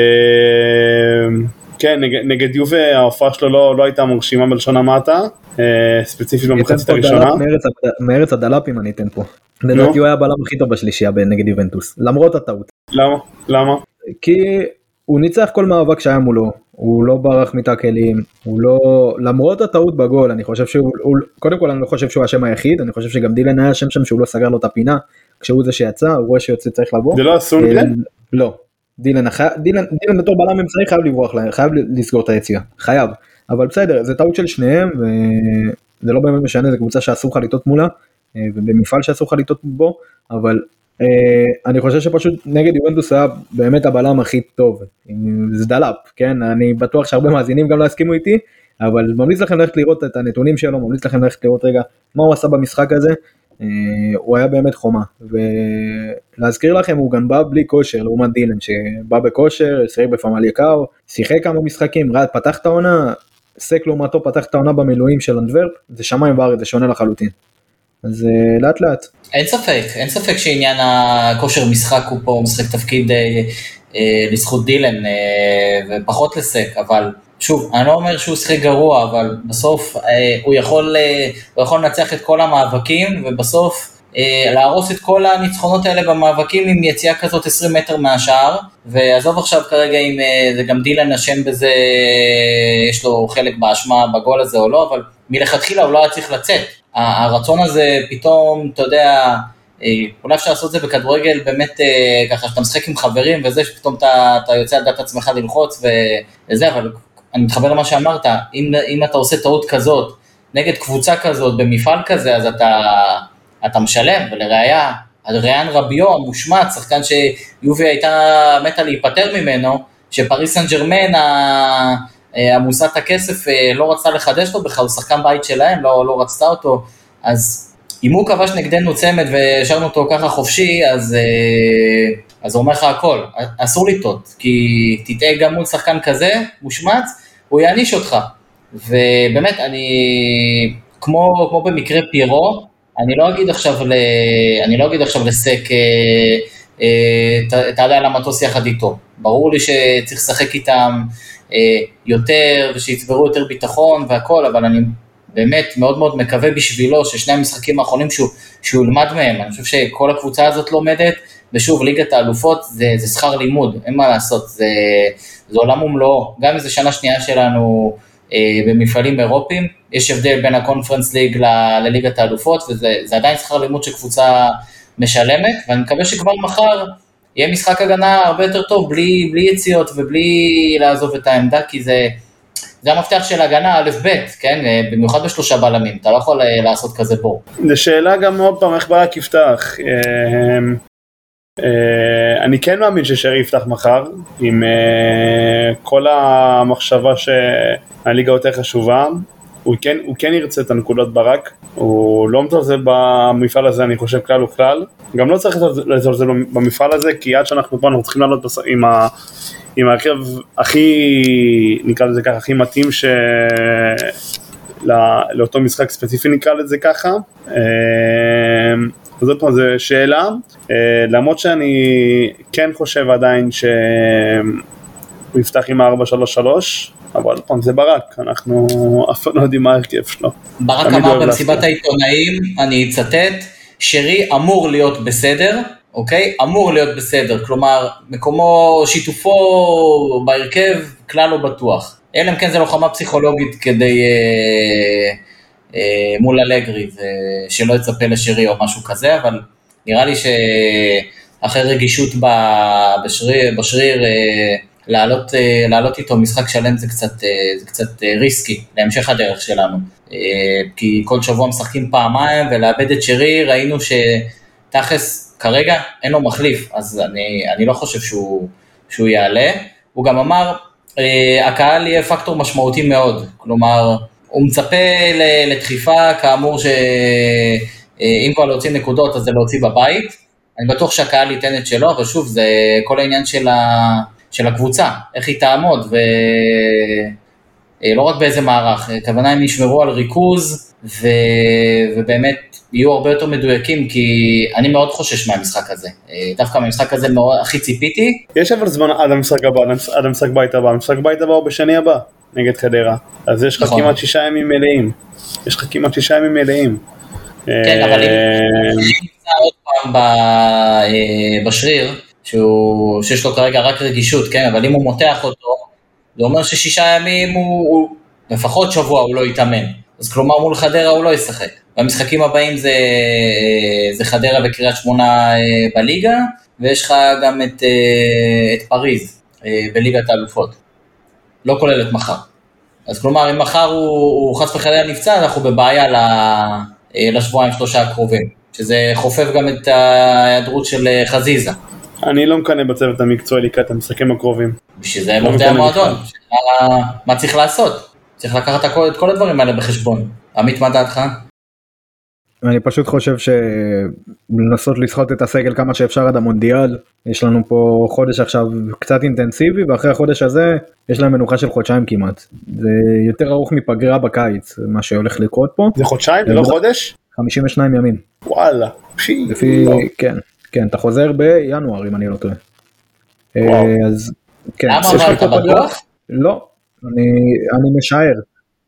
כן, נגד, נגד יובה ההופעה שלו לא, לא הייתה מרשימה בלשון המעטה, uh, ספציפית במחצית הראשונה. מארץ הדלפים אני אתן פה. לדעתי הוא היה הבלם הכי טוב בשלישייה נגד יובנטוס, למרות הטעות. למה? למה? כי הוא ניצח כל מאבק שהיה מולו, הוא לא ברח מתעכלים, הוא לא, למרות הטעות בגול, אני חושב שהוא, הוא, קודם כל אני לא חושב שהוא השם היחיד, אני חושב שגם דילן היה השם שם שהוא לא סגר לו את הפינה, כשהוא זה שיצא, הוא רואה שיוצא צריך לבוא. זה לא הסונגרן? לא, דילן, דילן, דילן בתור בלם אמצעי חייב לברוח להם, חייב לסגור את היציאה, חייב, אבל בסדר, זה טעות של שניהם, וזה לא באמת משנה, זה קבוצה שאסור לך לטעות מולה, ובמפעל שאסור לך לטעות בו, אבל אני חושב שפשוט נגד יובנטוס היה באמת הבלם הכי טוב, זה דלאפ, כן, אני בטוח שהרבה מאזינים גם לא הסכימו איתי, אבל ממליץ לכם ללכת לראות את הנתונים שלו, ממליץ לכם ללכת לראות רגע מה הוא עשה במשחק הזה, הוא היה באמת חומה, ולהזכיר לכם הוא גם בא בלי כושר, לעומת דילן שבא בכושר, שיחק בפמל יקר, שיחק כמה משחקים, פתח את העונה, סק לעומתו פתח את העונה במילואים של אנדוורפ, זה שמיים וארץ, זה שונה לחלוטין. אז לאט לאט. אין ספק, אין ספק שעניין הכושר משחק הוא פה משחק תפקיד אה, אה, לזכות דילן אה, ופחות לסק, אבל שוב, אני לא אומר שהוא שחק גרוע, אבל בסוף אה, הוא, יכול, אה, הוא יכול לנצח את כל המאבקים, ובסוף אה, להרוס את כל הניצחונות האלה במאבקים עם יציאה כזאת עשרים מטר מהשאר, ועזוב עכשיו כרגע אם אה, זה גם דילן אשם בזה, יש לו חלק באשמה בגול הזה או לא, אבל מלכתחילה הוא לא היה צריך לצאת. הרצון הזה פתאום, אתה יודע, אולי אפשר לעשות את זה בכדורגל, באמת ככה שאתה משחק עם חברים וזה, שפתאום אתה, אתה יוצא על דעת עצמך ללחוץ וזה, אבל אני מתחבר למה שאמרת, אם, אם אתה עושה טעות כזאת, נגד קבוצה כזאת, במפעל כזה, אז אתה, אתה משלם, ולראיה, ריאן רביו המושמץ, שחקן שיובי הייתה מתה להיפטר ממנו, שפריס סן ז'רמן, עמוסת הכסף, לא רצתה לחדש לו בכלל, הוא שחקן בית שלהם, לא, לא רצתה אותו, אז אם הוא כבש נגדנו צמד והשארנו אותו ככה חופשי, אז, אז הוא אומר לך הכל, אסור לטעות, כי תטעה גם מול שחקן כזה, מושמץ, הוא יעניש אותך, ובאמת, אני, כמו, כמו במקרה פירו, אני לא אגיד עכשיו, ל, אני לא אגיד עכשיו לסק, תעלה על המטוס יחד איתו, ברור לי שצריך לשחק איתם יותר, ושיצברו יותר ביטחון והכל, אבל אני באמת מאוד מאוד מקווה בשבילו, ששני המשחקים האחרונים שהוא, שהוא ילמד מהם, אני חושב שכל הקבוצה הזאת לומדת, ושוב, ליגת האלופות זה, זה שכר לימוד, אין מה לעשות, זה, זה עולם ומלואו, גם איזה שנה שנייה שלנו אה, במפעלים אירופיים, יש הבדל בין הקונפרנס ליג ל, לליגת האלופות, וזה עדיין שכר לימוד שקבוצה משלמת, ואני מקווה שכבר מחר יהיה משחק הגנה הרבה יותר טוב, בלי, בלי יציאות ובלי לעזוב את העמדה, כי זה, זה המפתח של הגנה א' ב', כן? במיוחד בשלושה בלמים, אתה לא יכול לעשות כזה בור. זו שאלה גם עוד פעם, איך ברק יפתח? אני כן מאמין ששרי יפתח מחר, עם כל המחשבה שהליגה יותר חשובה, הוא כן, הוא כן ירצה את הנקודות ברק, הוא לא מזלזל במפעל הזה, אני חושב כלל וכלל, גם לא צריך לזלזל במפעל הזה, כי עד שאנחנו פה אנחנו צריכים לעלות עם, ה, עם הרכב הכי, נקרא לזה ככה, הכי מתאים ש... לא, לאותו משחק ספציפי נקרא לזה ככה, אז זאת פעם זו שאלה, למרות שאני כן חושב עדיין שהוא יפתח עם ה-ארבע שלוש שלוש, אבל פעם זה ברק, אנחנו אף פעם לא יודעים מה הרכב שלו. ברק אמר במסיבת העיתונאים, אני אצטט, שרי אמור להיות בסדר, אוקיי? אמור להיות בסדר, כלומר, מקומו, שיתופו בהרכב, כלל לא בטוח. אלא אם כן זה לוחמה פסיכולוגית כדי, אה, אה, מול אלגרי, שלא יצפה לשרי או משהו כזה, אבל נראה לי שאחרי רגישות בשריר, בשריר אה, לעלות, לעלות איתו משחק שלם זה קצת, זה קצת ריסקי להמשך הדרך שלנו, כי כל שבוע משחקים פעמיים, ולאבד את שרי ראינו שתכלס כרגע אין לו מחליף, אז אני, אני לא חושב שהוא, שהוא יעלה. הוא גם אמר, הקהל יהיה פקטור משמעותי מאוד, כלומר, הוא מצפה לדחיפה, כאמור שאם כבר להוציא נקודות אז זה להוציא בבית, אני בטוח שהקהל ייתן את שלו, אבל שוב, זה כל העניין של ה... של הקבוצה, איך היא תעמוד, ולא רק באיזה מערך, כוונה הם ישמרו על ריכוז, ו... ובאמת יהיו הרבה יותר מדויקים, כי אני מאוד חושש מהמשחק הזה, דווקא מהמשחק הזה מאוד, הכי ציפיתי. יש אבל זמן עד המשחק הבא, עד המשחק בית הבא, המשחק בית הבא הוא בשני הבא, נגד חדרה, אז יש לך נכון. כמעט שישה ימים מלאים, יש לך כמעט שישה ימים מלאים. כן, אבל אם נמצא עוד פעם בשריר, שהוא, שיש לו כרגע רק רגישות, כן? אבל אם הוא מותח אותו, זה אומר ששישה ימים הוא, הוא לפחות שבוע הוא לא יתאמן. אז כלומר מול חדרה הוא לא ישחק. והמשחקים הבאים זה, זה חדרה וקריית שמונה בליגה, ויש לך גם את, את פריז בליגת האלופות. לא כוללת מחר. אז כלומר, אם מחר הוא, הוא חס וחלילה נפצע, אנחנו בבעיה לשבועיים שלושה הקרובים. שזה חופף גם את ההיעדרות של חזיזה. אני לא מקנה בצוות המקצועי לקראת המשחקים הקרובים. בשביל זה הם עובדי המועדון. מה צריך לעשות? צריך לקחת את כל הדברים האלה בחשבון. עמית, מה דעתך? אני פשוט חושב שלנסות לסחוט את הסגל כמה שאפשר עד המונדיאל. יש לנו פה חודש עכשיו קצת אינטנסיבי, ואחרי החודש הזה יש להם מנוחה של חודשיים כמעט. זה יותר ארוך מפגרה בקיץ, מה שהולך לקרות פה. זה חודשיים? זה לא חודש? חמישים ושניים ימים. וואלה. לפי, כן. כן, אתה חוזר בינואר, אם אני לא טועה. אז, כן. למה אתה בטוח? לא, אני משער.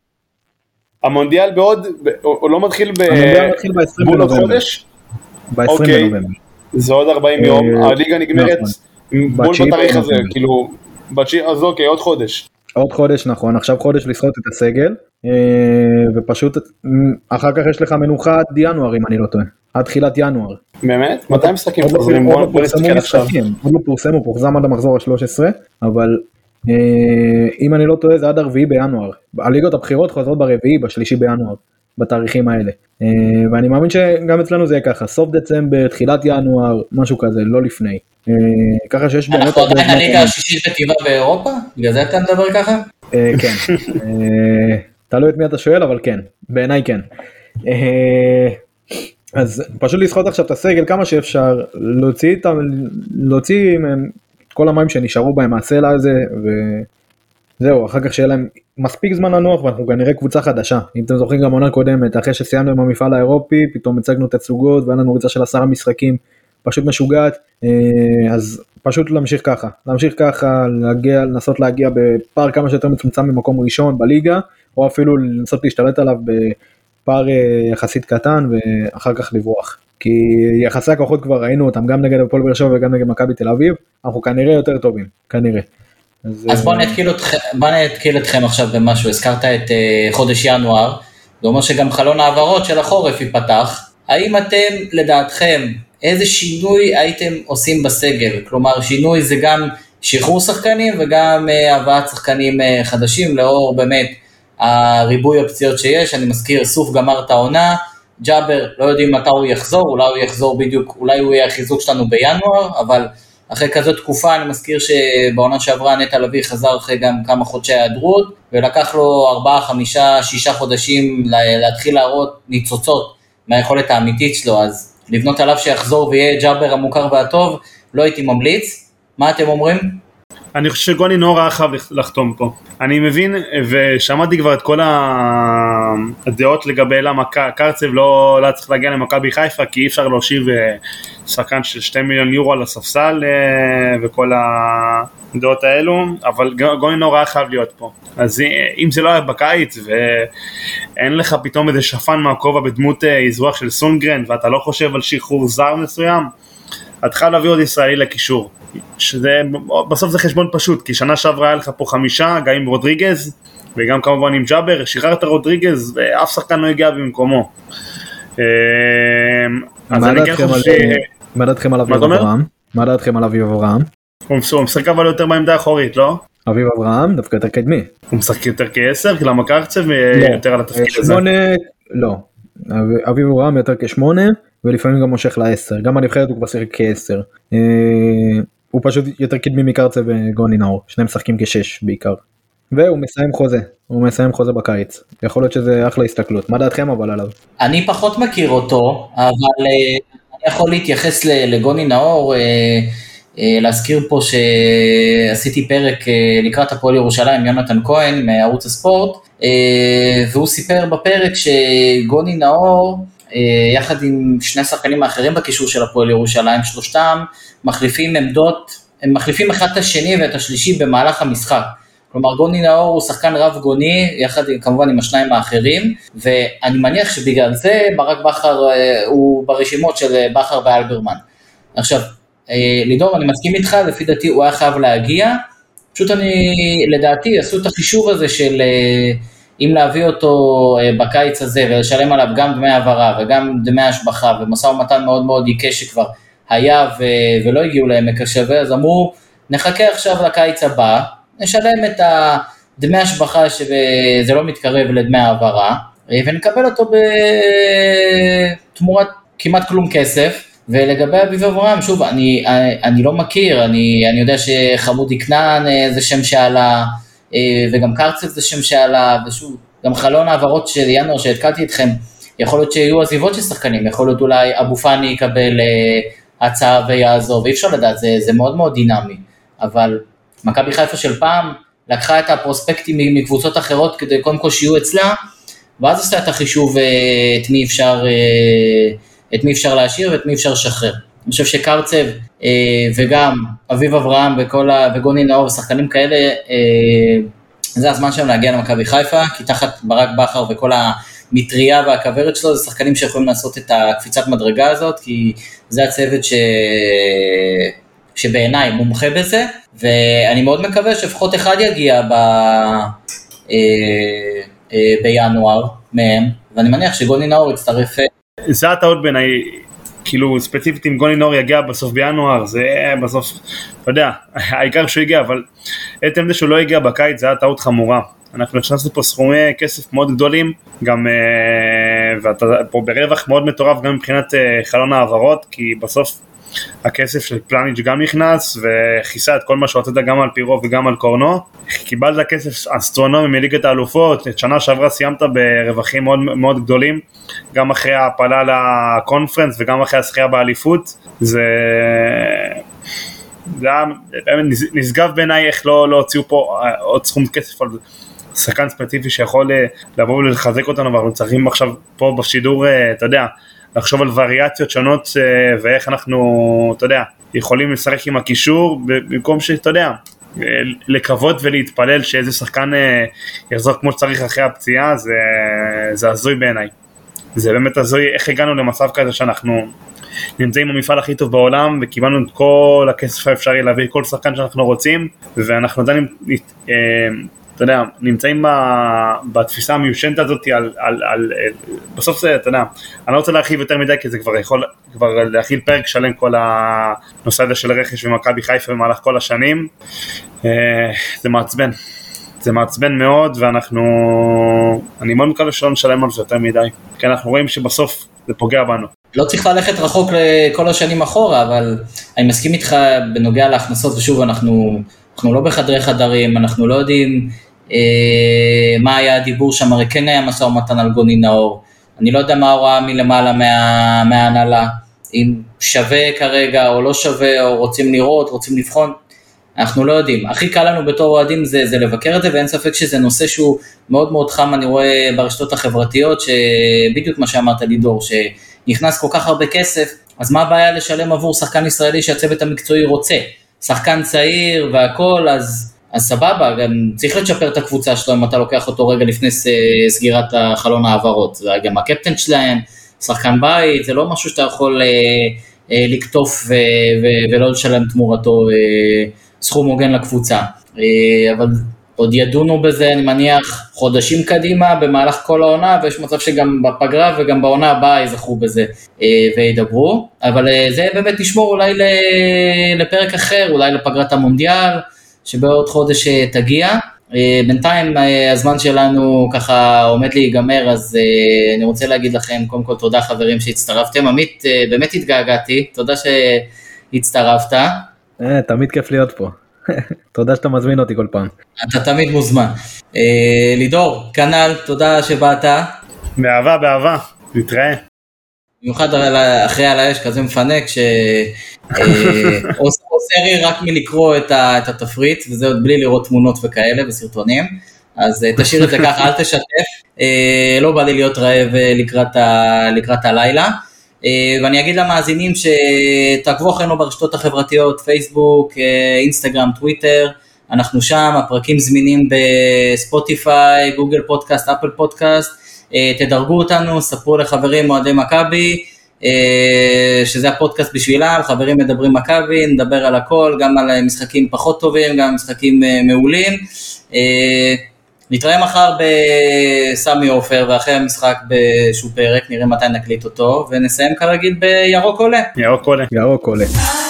המונדיאל בעוד, הוא לא מתחיל ב... המונדיאל מתחיל ב-עשרים בנובמבר. ב-עשרים בנובמבר. זה עוד ארבעים יום, הליגה נגמרת בול בתאריך הזה, כאילו, אז אוקיי, עוד חודש. עוד חודש, נכון, עכשיו חודש לסחוט את הסגל, ופשוט אחר כך יש לך מנוחה עד ינואר, אם אני לא טועה. עד תחילת ינואר. באמת? מתי משחקים חוזרים? בוא נסתכל עכשיו. עוד לא פורסם, הוא פורסם עד המחזור ה-שלוש עשרה, אבל אם אני לא טועה זה עד הרביעי בינואר. הליגות הבחירות חוזרות ברביעי, בשלישי בינואר. בתאריכים האלה. ואני מאמין שגם אצלנו זה יהיה ככה, סוף דצמבר, תחילת ינואר, משהו כזה, לא לפני. ככה שיש באמת... אנחנו עדיין הליגה השישית בטבעה באירופה? בגלל זה אתה מדבר ככה? כן. תלוי את מי אתה שואל, אבל כן. בעיניי כן. אז פשוט לסחוט עכשיו את הסגל כמה שאפשר, להוציא את, להוציא את כל המים שנשארו בהם מהסלע הזה, וזהו, אחר כך שיהיה להם מספיק זמן לנוח, ואנחנו כנראה קבוצה חדשה. אם אתם זוכרים גם עונה קודמת, אחרי שסיימנו עם המפעל האירופי, פתאום הצגנו תצוגות, והיה לנו ריצה של עשרה משחקים, פשוט משוגעת, אז פשוט להמשיך ככה, להמשיך ככה, להגיע, לנסות להגיע בפער כמה שיותר מצומצם ממקום ראשון בליגה, או אפילו לנסות להשתלט עליו בפער יחסית קטן, ואחר כך לברוח. כי יחסי הכוחות כבר ראינו אותם, גם נגד הפועל באר שבע וגם נגד מכבי תל אביב, אנחנו כנראה יותר טובים, כנראה. אז, אז בוא נתקיל אתכם, בוא נתקיל אתכם עכשיו במשהו, הזכרת את uh, חודש ינואר, זה אומר שגם חלון העברות של החורף ייפתח, האם אתם לדעתכם, איזה שינוי הייתם עושים בסגל? כלומר שינוי זה גם שחרור שחקנים וגם uh, הבאת שחקנים uh, חדשים, לאור באמת הריבוי הפציעות שיש, אני מזכיר סוף גמר את העונה, ג'אבר לא יודעים מתי הוא יחזור, אולי הוא יחזור בדיוק, אולי הוא יהיה החיזוק שלנו בינואר, אבל אחרי כזאת תקופה אני מזכיר שבעונה שעברה נטע לביא חזר אחרי גם כמה חודשי היעדרות, ולקח לו ארבעה, חמישה, שישה חודשים להתחיל להראות ניצוצות מהיכולת האמיתית שלו, אז לבנות עליו שיחזור ויהיה ג'אבר המוכר והטוב, לא הייתי ממליץ. מה אתם אומרים? אני חושב שגוני נורא חייב לחתום פה. אני מבין ושמעתי כבר את כל הדעות לגבי למה קרצב לא, לא צריך להגיע למכבי חיפה, כי אי אפשר להושיב שחקן של שתי מיליון יורו על הספסל וכל הדעות האלו, אבל גוני נורא חייב להיות פה. אז אם זה לא היה בקיץ ואין לך פתאום איזה שפן מהכובע בדמות אזרוח של סונגרן, ואתה לא חושב על שחרור זר מסוים, אתה חייב להביא עוד ישראלי לקישור. שזה, בסוף זה חשבון פשוט, כי שנה שעברה היה לך פה חמישה, גם עם רודריגז, וגם כמובן עם ג'אבר, שחררת רודריגז, ואף שחקן לא הגיע במקומו. אז אני כן חושב ש... מה דעתכם על אביב אברהם? מה דעתכם על אביב אברהם? הוא משחק אבל יותר בעמדה האחורית, לא? אביב אברהם דווקא יותר קדמי. הוא משחק יותר כעשר, כי למה קרצב יותר על התפקיד הזה? שמונה, לא. אביב אברהם יותר כשמונה, ולפעמים גם מושך לעשר, גם הנבחרת הוא כבר שיחק כעשר, הוא פשוט יותר קדמי מקרצב וגוני נאור, שני משחקים כשש בעיקר, והוא מסיים חוזה, הוא מסיים חוזה בקיץ, יכול להיות שזה אחלה הסתכלות, מה דעתכם אבל עליו? אני פחות מכיר אותו, אבל אני יכול להתייחס לגוני נאור, להזכיר פה שעשיתי פרק לקראת הפועל ירושלים, יונתן כהן מערוץ הספורט, והוא סיפר בפרק שגוני נאור, יחד עם שני שחקנים האחרים בקישור של הפועל ירושלים, שלושתם מחליפים עמדות, הם מחליפים אחד את השני ואת השלישי במהלך המשחק. כלומר, גוני נאור הוא שחקן רב גוני, יחד כמובן עם השניים האחרים, ואני מניח שבגלל זה ברק בכר הוא ברשימות של בכר ואלברמן. עכשיו, לידור, אני מסכים איתך, לפי דעתי הוא היה חייב להגיע, פשוט אני, לדעתי, עשו את החישוב הזה של... אם להביא אותו בקיץ הזה ולשלם עליו גם דמי העברה וגם דמי השבחה ומשא ומתן מאוד מאוד עיקש שכבר היה ו- ולא הגיעו לעמק השווה, אז אמרו נחכה עכשיו לקיץ הבא, נשלם את דמי השבחה שזה לא מתקרב לדמי העברה ונקבל אותו בתמורת כמעט כלום כסף. ולגבי אביב אברהם, שוב, אני, אני לא מכיר, אני, אני יודע שחמודי כנען זה שם שעלה, וגם קרצב זה שם שעלה, ושוב, גם חלון העברות של ינואר שהתקלתי אתכם, יכול להיות שיהיו עזיבות של שחקנים, יכול להיות אולי אבו פאני יקבל הצעה ויעזוב, ואי אפשר לדעת, זה, זה מאוד מאוד דינמי, אבל מכבי חיפה של פעם, לקחה את הפרוספקטים מקבוצות אחרות, כדי קודם כל שיהיו אצלה, ואז עושה את החישוב את מי אפשר, את מי אפשר להשאיר ואת מי אפשר לשחרר. אני חושב שקרצב וגם אביב אברהם וגוני נאור ושחקנים כאלה, זה הזמן שלהם להגיע למכבי חיפה, כי תחת ברק בכר וכל המטריה והכברת שלו, זה שחקנים שיכולים לעשות את הקפיצת מדרגה הזאת, כי זה הצוות ש... שבעיניי מומחה בזה, ואני מאוד מקווה שפחות אחד יגיע ב... בינואר מהם, ואני מניח שגוני נאור יצטרף... זה הטעות בעיניי, כאילו ספציפית אם גוני נאור יגיע בסוף בינואר, זה בסוף, אתה יודע, העיקר שהוא יגיע, אבל אתם זה שהוא לא יגיע בקיץ, זה היה טעות חמורה, אנחנו נכנסנו פה סכומי כסף מאוד גדולים, גם ואתה פה ברווח מאוד מטורף גם מבחינת חלון העברות, כי בסוף הכסף של פלניץ' גם נכנס וכיסה את כל מה שהוצאת גם על פירו וגם על קורנו, קיבלת כסף אסטרונומי מליגת האלופות, את שנה שעברה סיימת ברווחים מאוד, מאוד גדולים, גם אחרי ההפלה לקונפרנס וגם אחרי הזכייה באליפות, זה, זה נשגב בעיניי איך לא, לא הוציאו פה עוד סכום כסף על שחקן ספציפי שיכול לבוא ולחזק אותנו, ואנחנו צריכים עכשיו פה בשידור, אתה יודע, לחשוב על וריאציות שונות ואיך אנחנו, אתה יודע, יכולים לשחק עם הקישור במקום שאתה יודע, לקוות ולהתפלל שאיזה שחקן יחזור כמו שצריך אחרי הפציעה, זה, זה הזוי בעיניי. זה באמת הזוי, איך הגענו למצב כזה שאנחנו נמצאים במפעל הכי טוב בעולם וקיבלנו את כל הכסף האפשרי להביא כל שחקן שאנחנו רוצים, ואנחנו עדיין אתה יודע, נמצאים בתפיסה המיושנת הזאת על, על, על, בסוף זה, אתה יודע, אני לא רוצה להרחיב יותר מדי, כי זה כבר יכול, כבר להכיל פרק שלם כל הנושא הזה של רכש ומכבי חיפה במהלך כל השנים, זה מעצבן, זה מעצבן מאוד, ואנחנו, אני מאוד מקווה שלא נשלם על זה יותר מדי, כי אנחנו רואים שבסוף זה פוגע בנו. לא צריך ללכת רחוק לכל השנים אחורה, אבל אני מסכים איתך בנוגע להכנסות, ושוב אנחנו, אנחנו לא בחדרי חדרים, אנחנו לא יודעים אה, מה היה הדיבור שם, הרי כן היה משא ומתן על גוני נאור, אני לא יודע מה ההוראה מלמעלה מה, מההנהלה, אם שווה כרגע או לא שווה, או רוצים לראות, רוצים לבחון, אנחנו לא יודעים. הכי קל לנו בתור אוהדים זה, זה לבקר את זה, ואין ספק שזה נושא שהוא מאוד מאוד חם, אני רואה ברשתות החברתיות, שבדיוק מה שאמרת לידור, שנכנס כל כך הרבה כסף, אז מה הבעיה לשלם עבור שחקן ישראלי שהצוות המקצועי רוצה? שחקן צעיר והכל, אז, אז סבבה, גם צריך לצ'פר את הקבוצה שלו, אם אתה לוקח אותו רגע לפני סגירת החלון העברות, זה גם הקפטן שלהם, שחקן בית, זה לא משהו שאתה יכול אה, אה, לקטוף ו, ו, ולא לשלם תמורתו אה, סכום הוגן לקבוצה, אה, אבל עוד ידונו בזה, אני מניח, חודשים קדימה, במהלך כל העונה, ויש מצב שגם בפגרה וגם בעונה הבאה יזכרו בזה אה, וידברו, אבל אה, זה באמת נשמור אולי לפרק אחר, אולי לפגרת המונדיאל, שבעוד חודש אה, תגיע, אה, בינתיים אה, הזמן שלנו ככה עומד להיגמר, אז אה, אני רוצה להגיד לכם, קודם כל תודה חברים שהצטרפתם, עמית, אה, באמת התגעגעתי, תודה שהצטרפת. אה, תמיד כיף להיות פה. תודה שאתה מזמין אותי כל פעם. אתה תמיד מוזמן. לידור, כנ"ל, תודה שבאת. באהבה, באהבה, נתראה. במיוחד אחרי על האש כזה מפנק, שעושה לי רק מלקרוא את התפריט, וזה עוד בלי לראות תמונות וכאלה וסרטונים, אז תשאיר את זה ככה, אל תשתף. לא בא לי להיות רעב לקראת הלילה. ואני אגיד למאזינים שתעקבו אחרינו ברשתות החברתיות, פייסבוק, אינסטגרם, טוויטר, אנחנו שם, הפרקים זמינים בספוטיפיי, גוגל פודקאסט, אפל פודקאסט, תדרגו אותנו, ספרו לחברים מועדי מכבי, שזה הפודקאסט בשבילם, חברים מדברים מכבי, נדבר על הכל, גם על משחקים פחות טובים, גם משחקים מעולים, נתראה מחר בסמי אופר, ואחרי המשחק בשום פרק, נראה מתי נקליט אותו, ונסיים כרגיל בירוק עולה. ירוק עולה. ירוק עולה.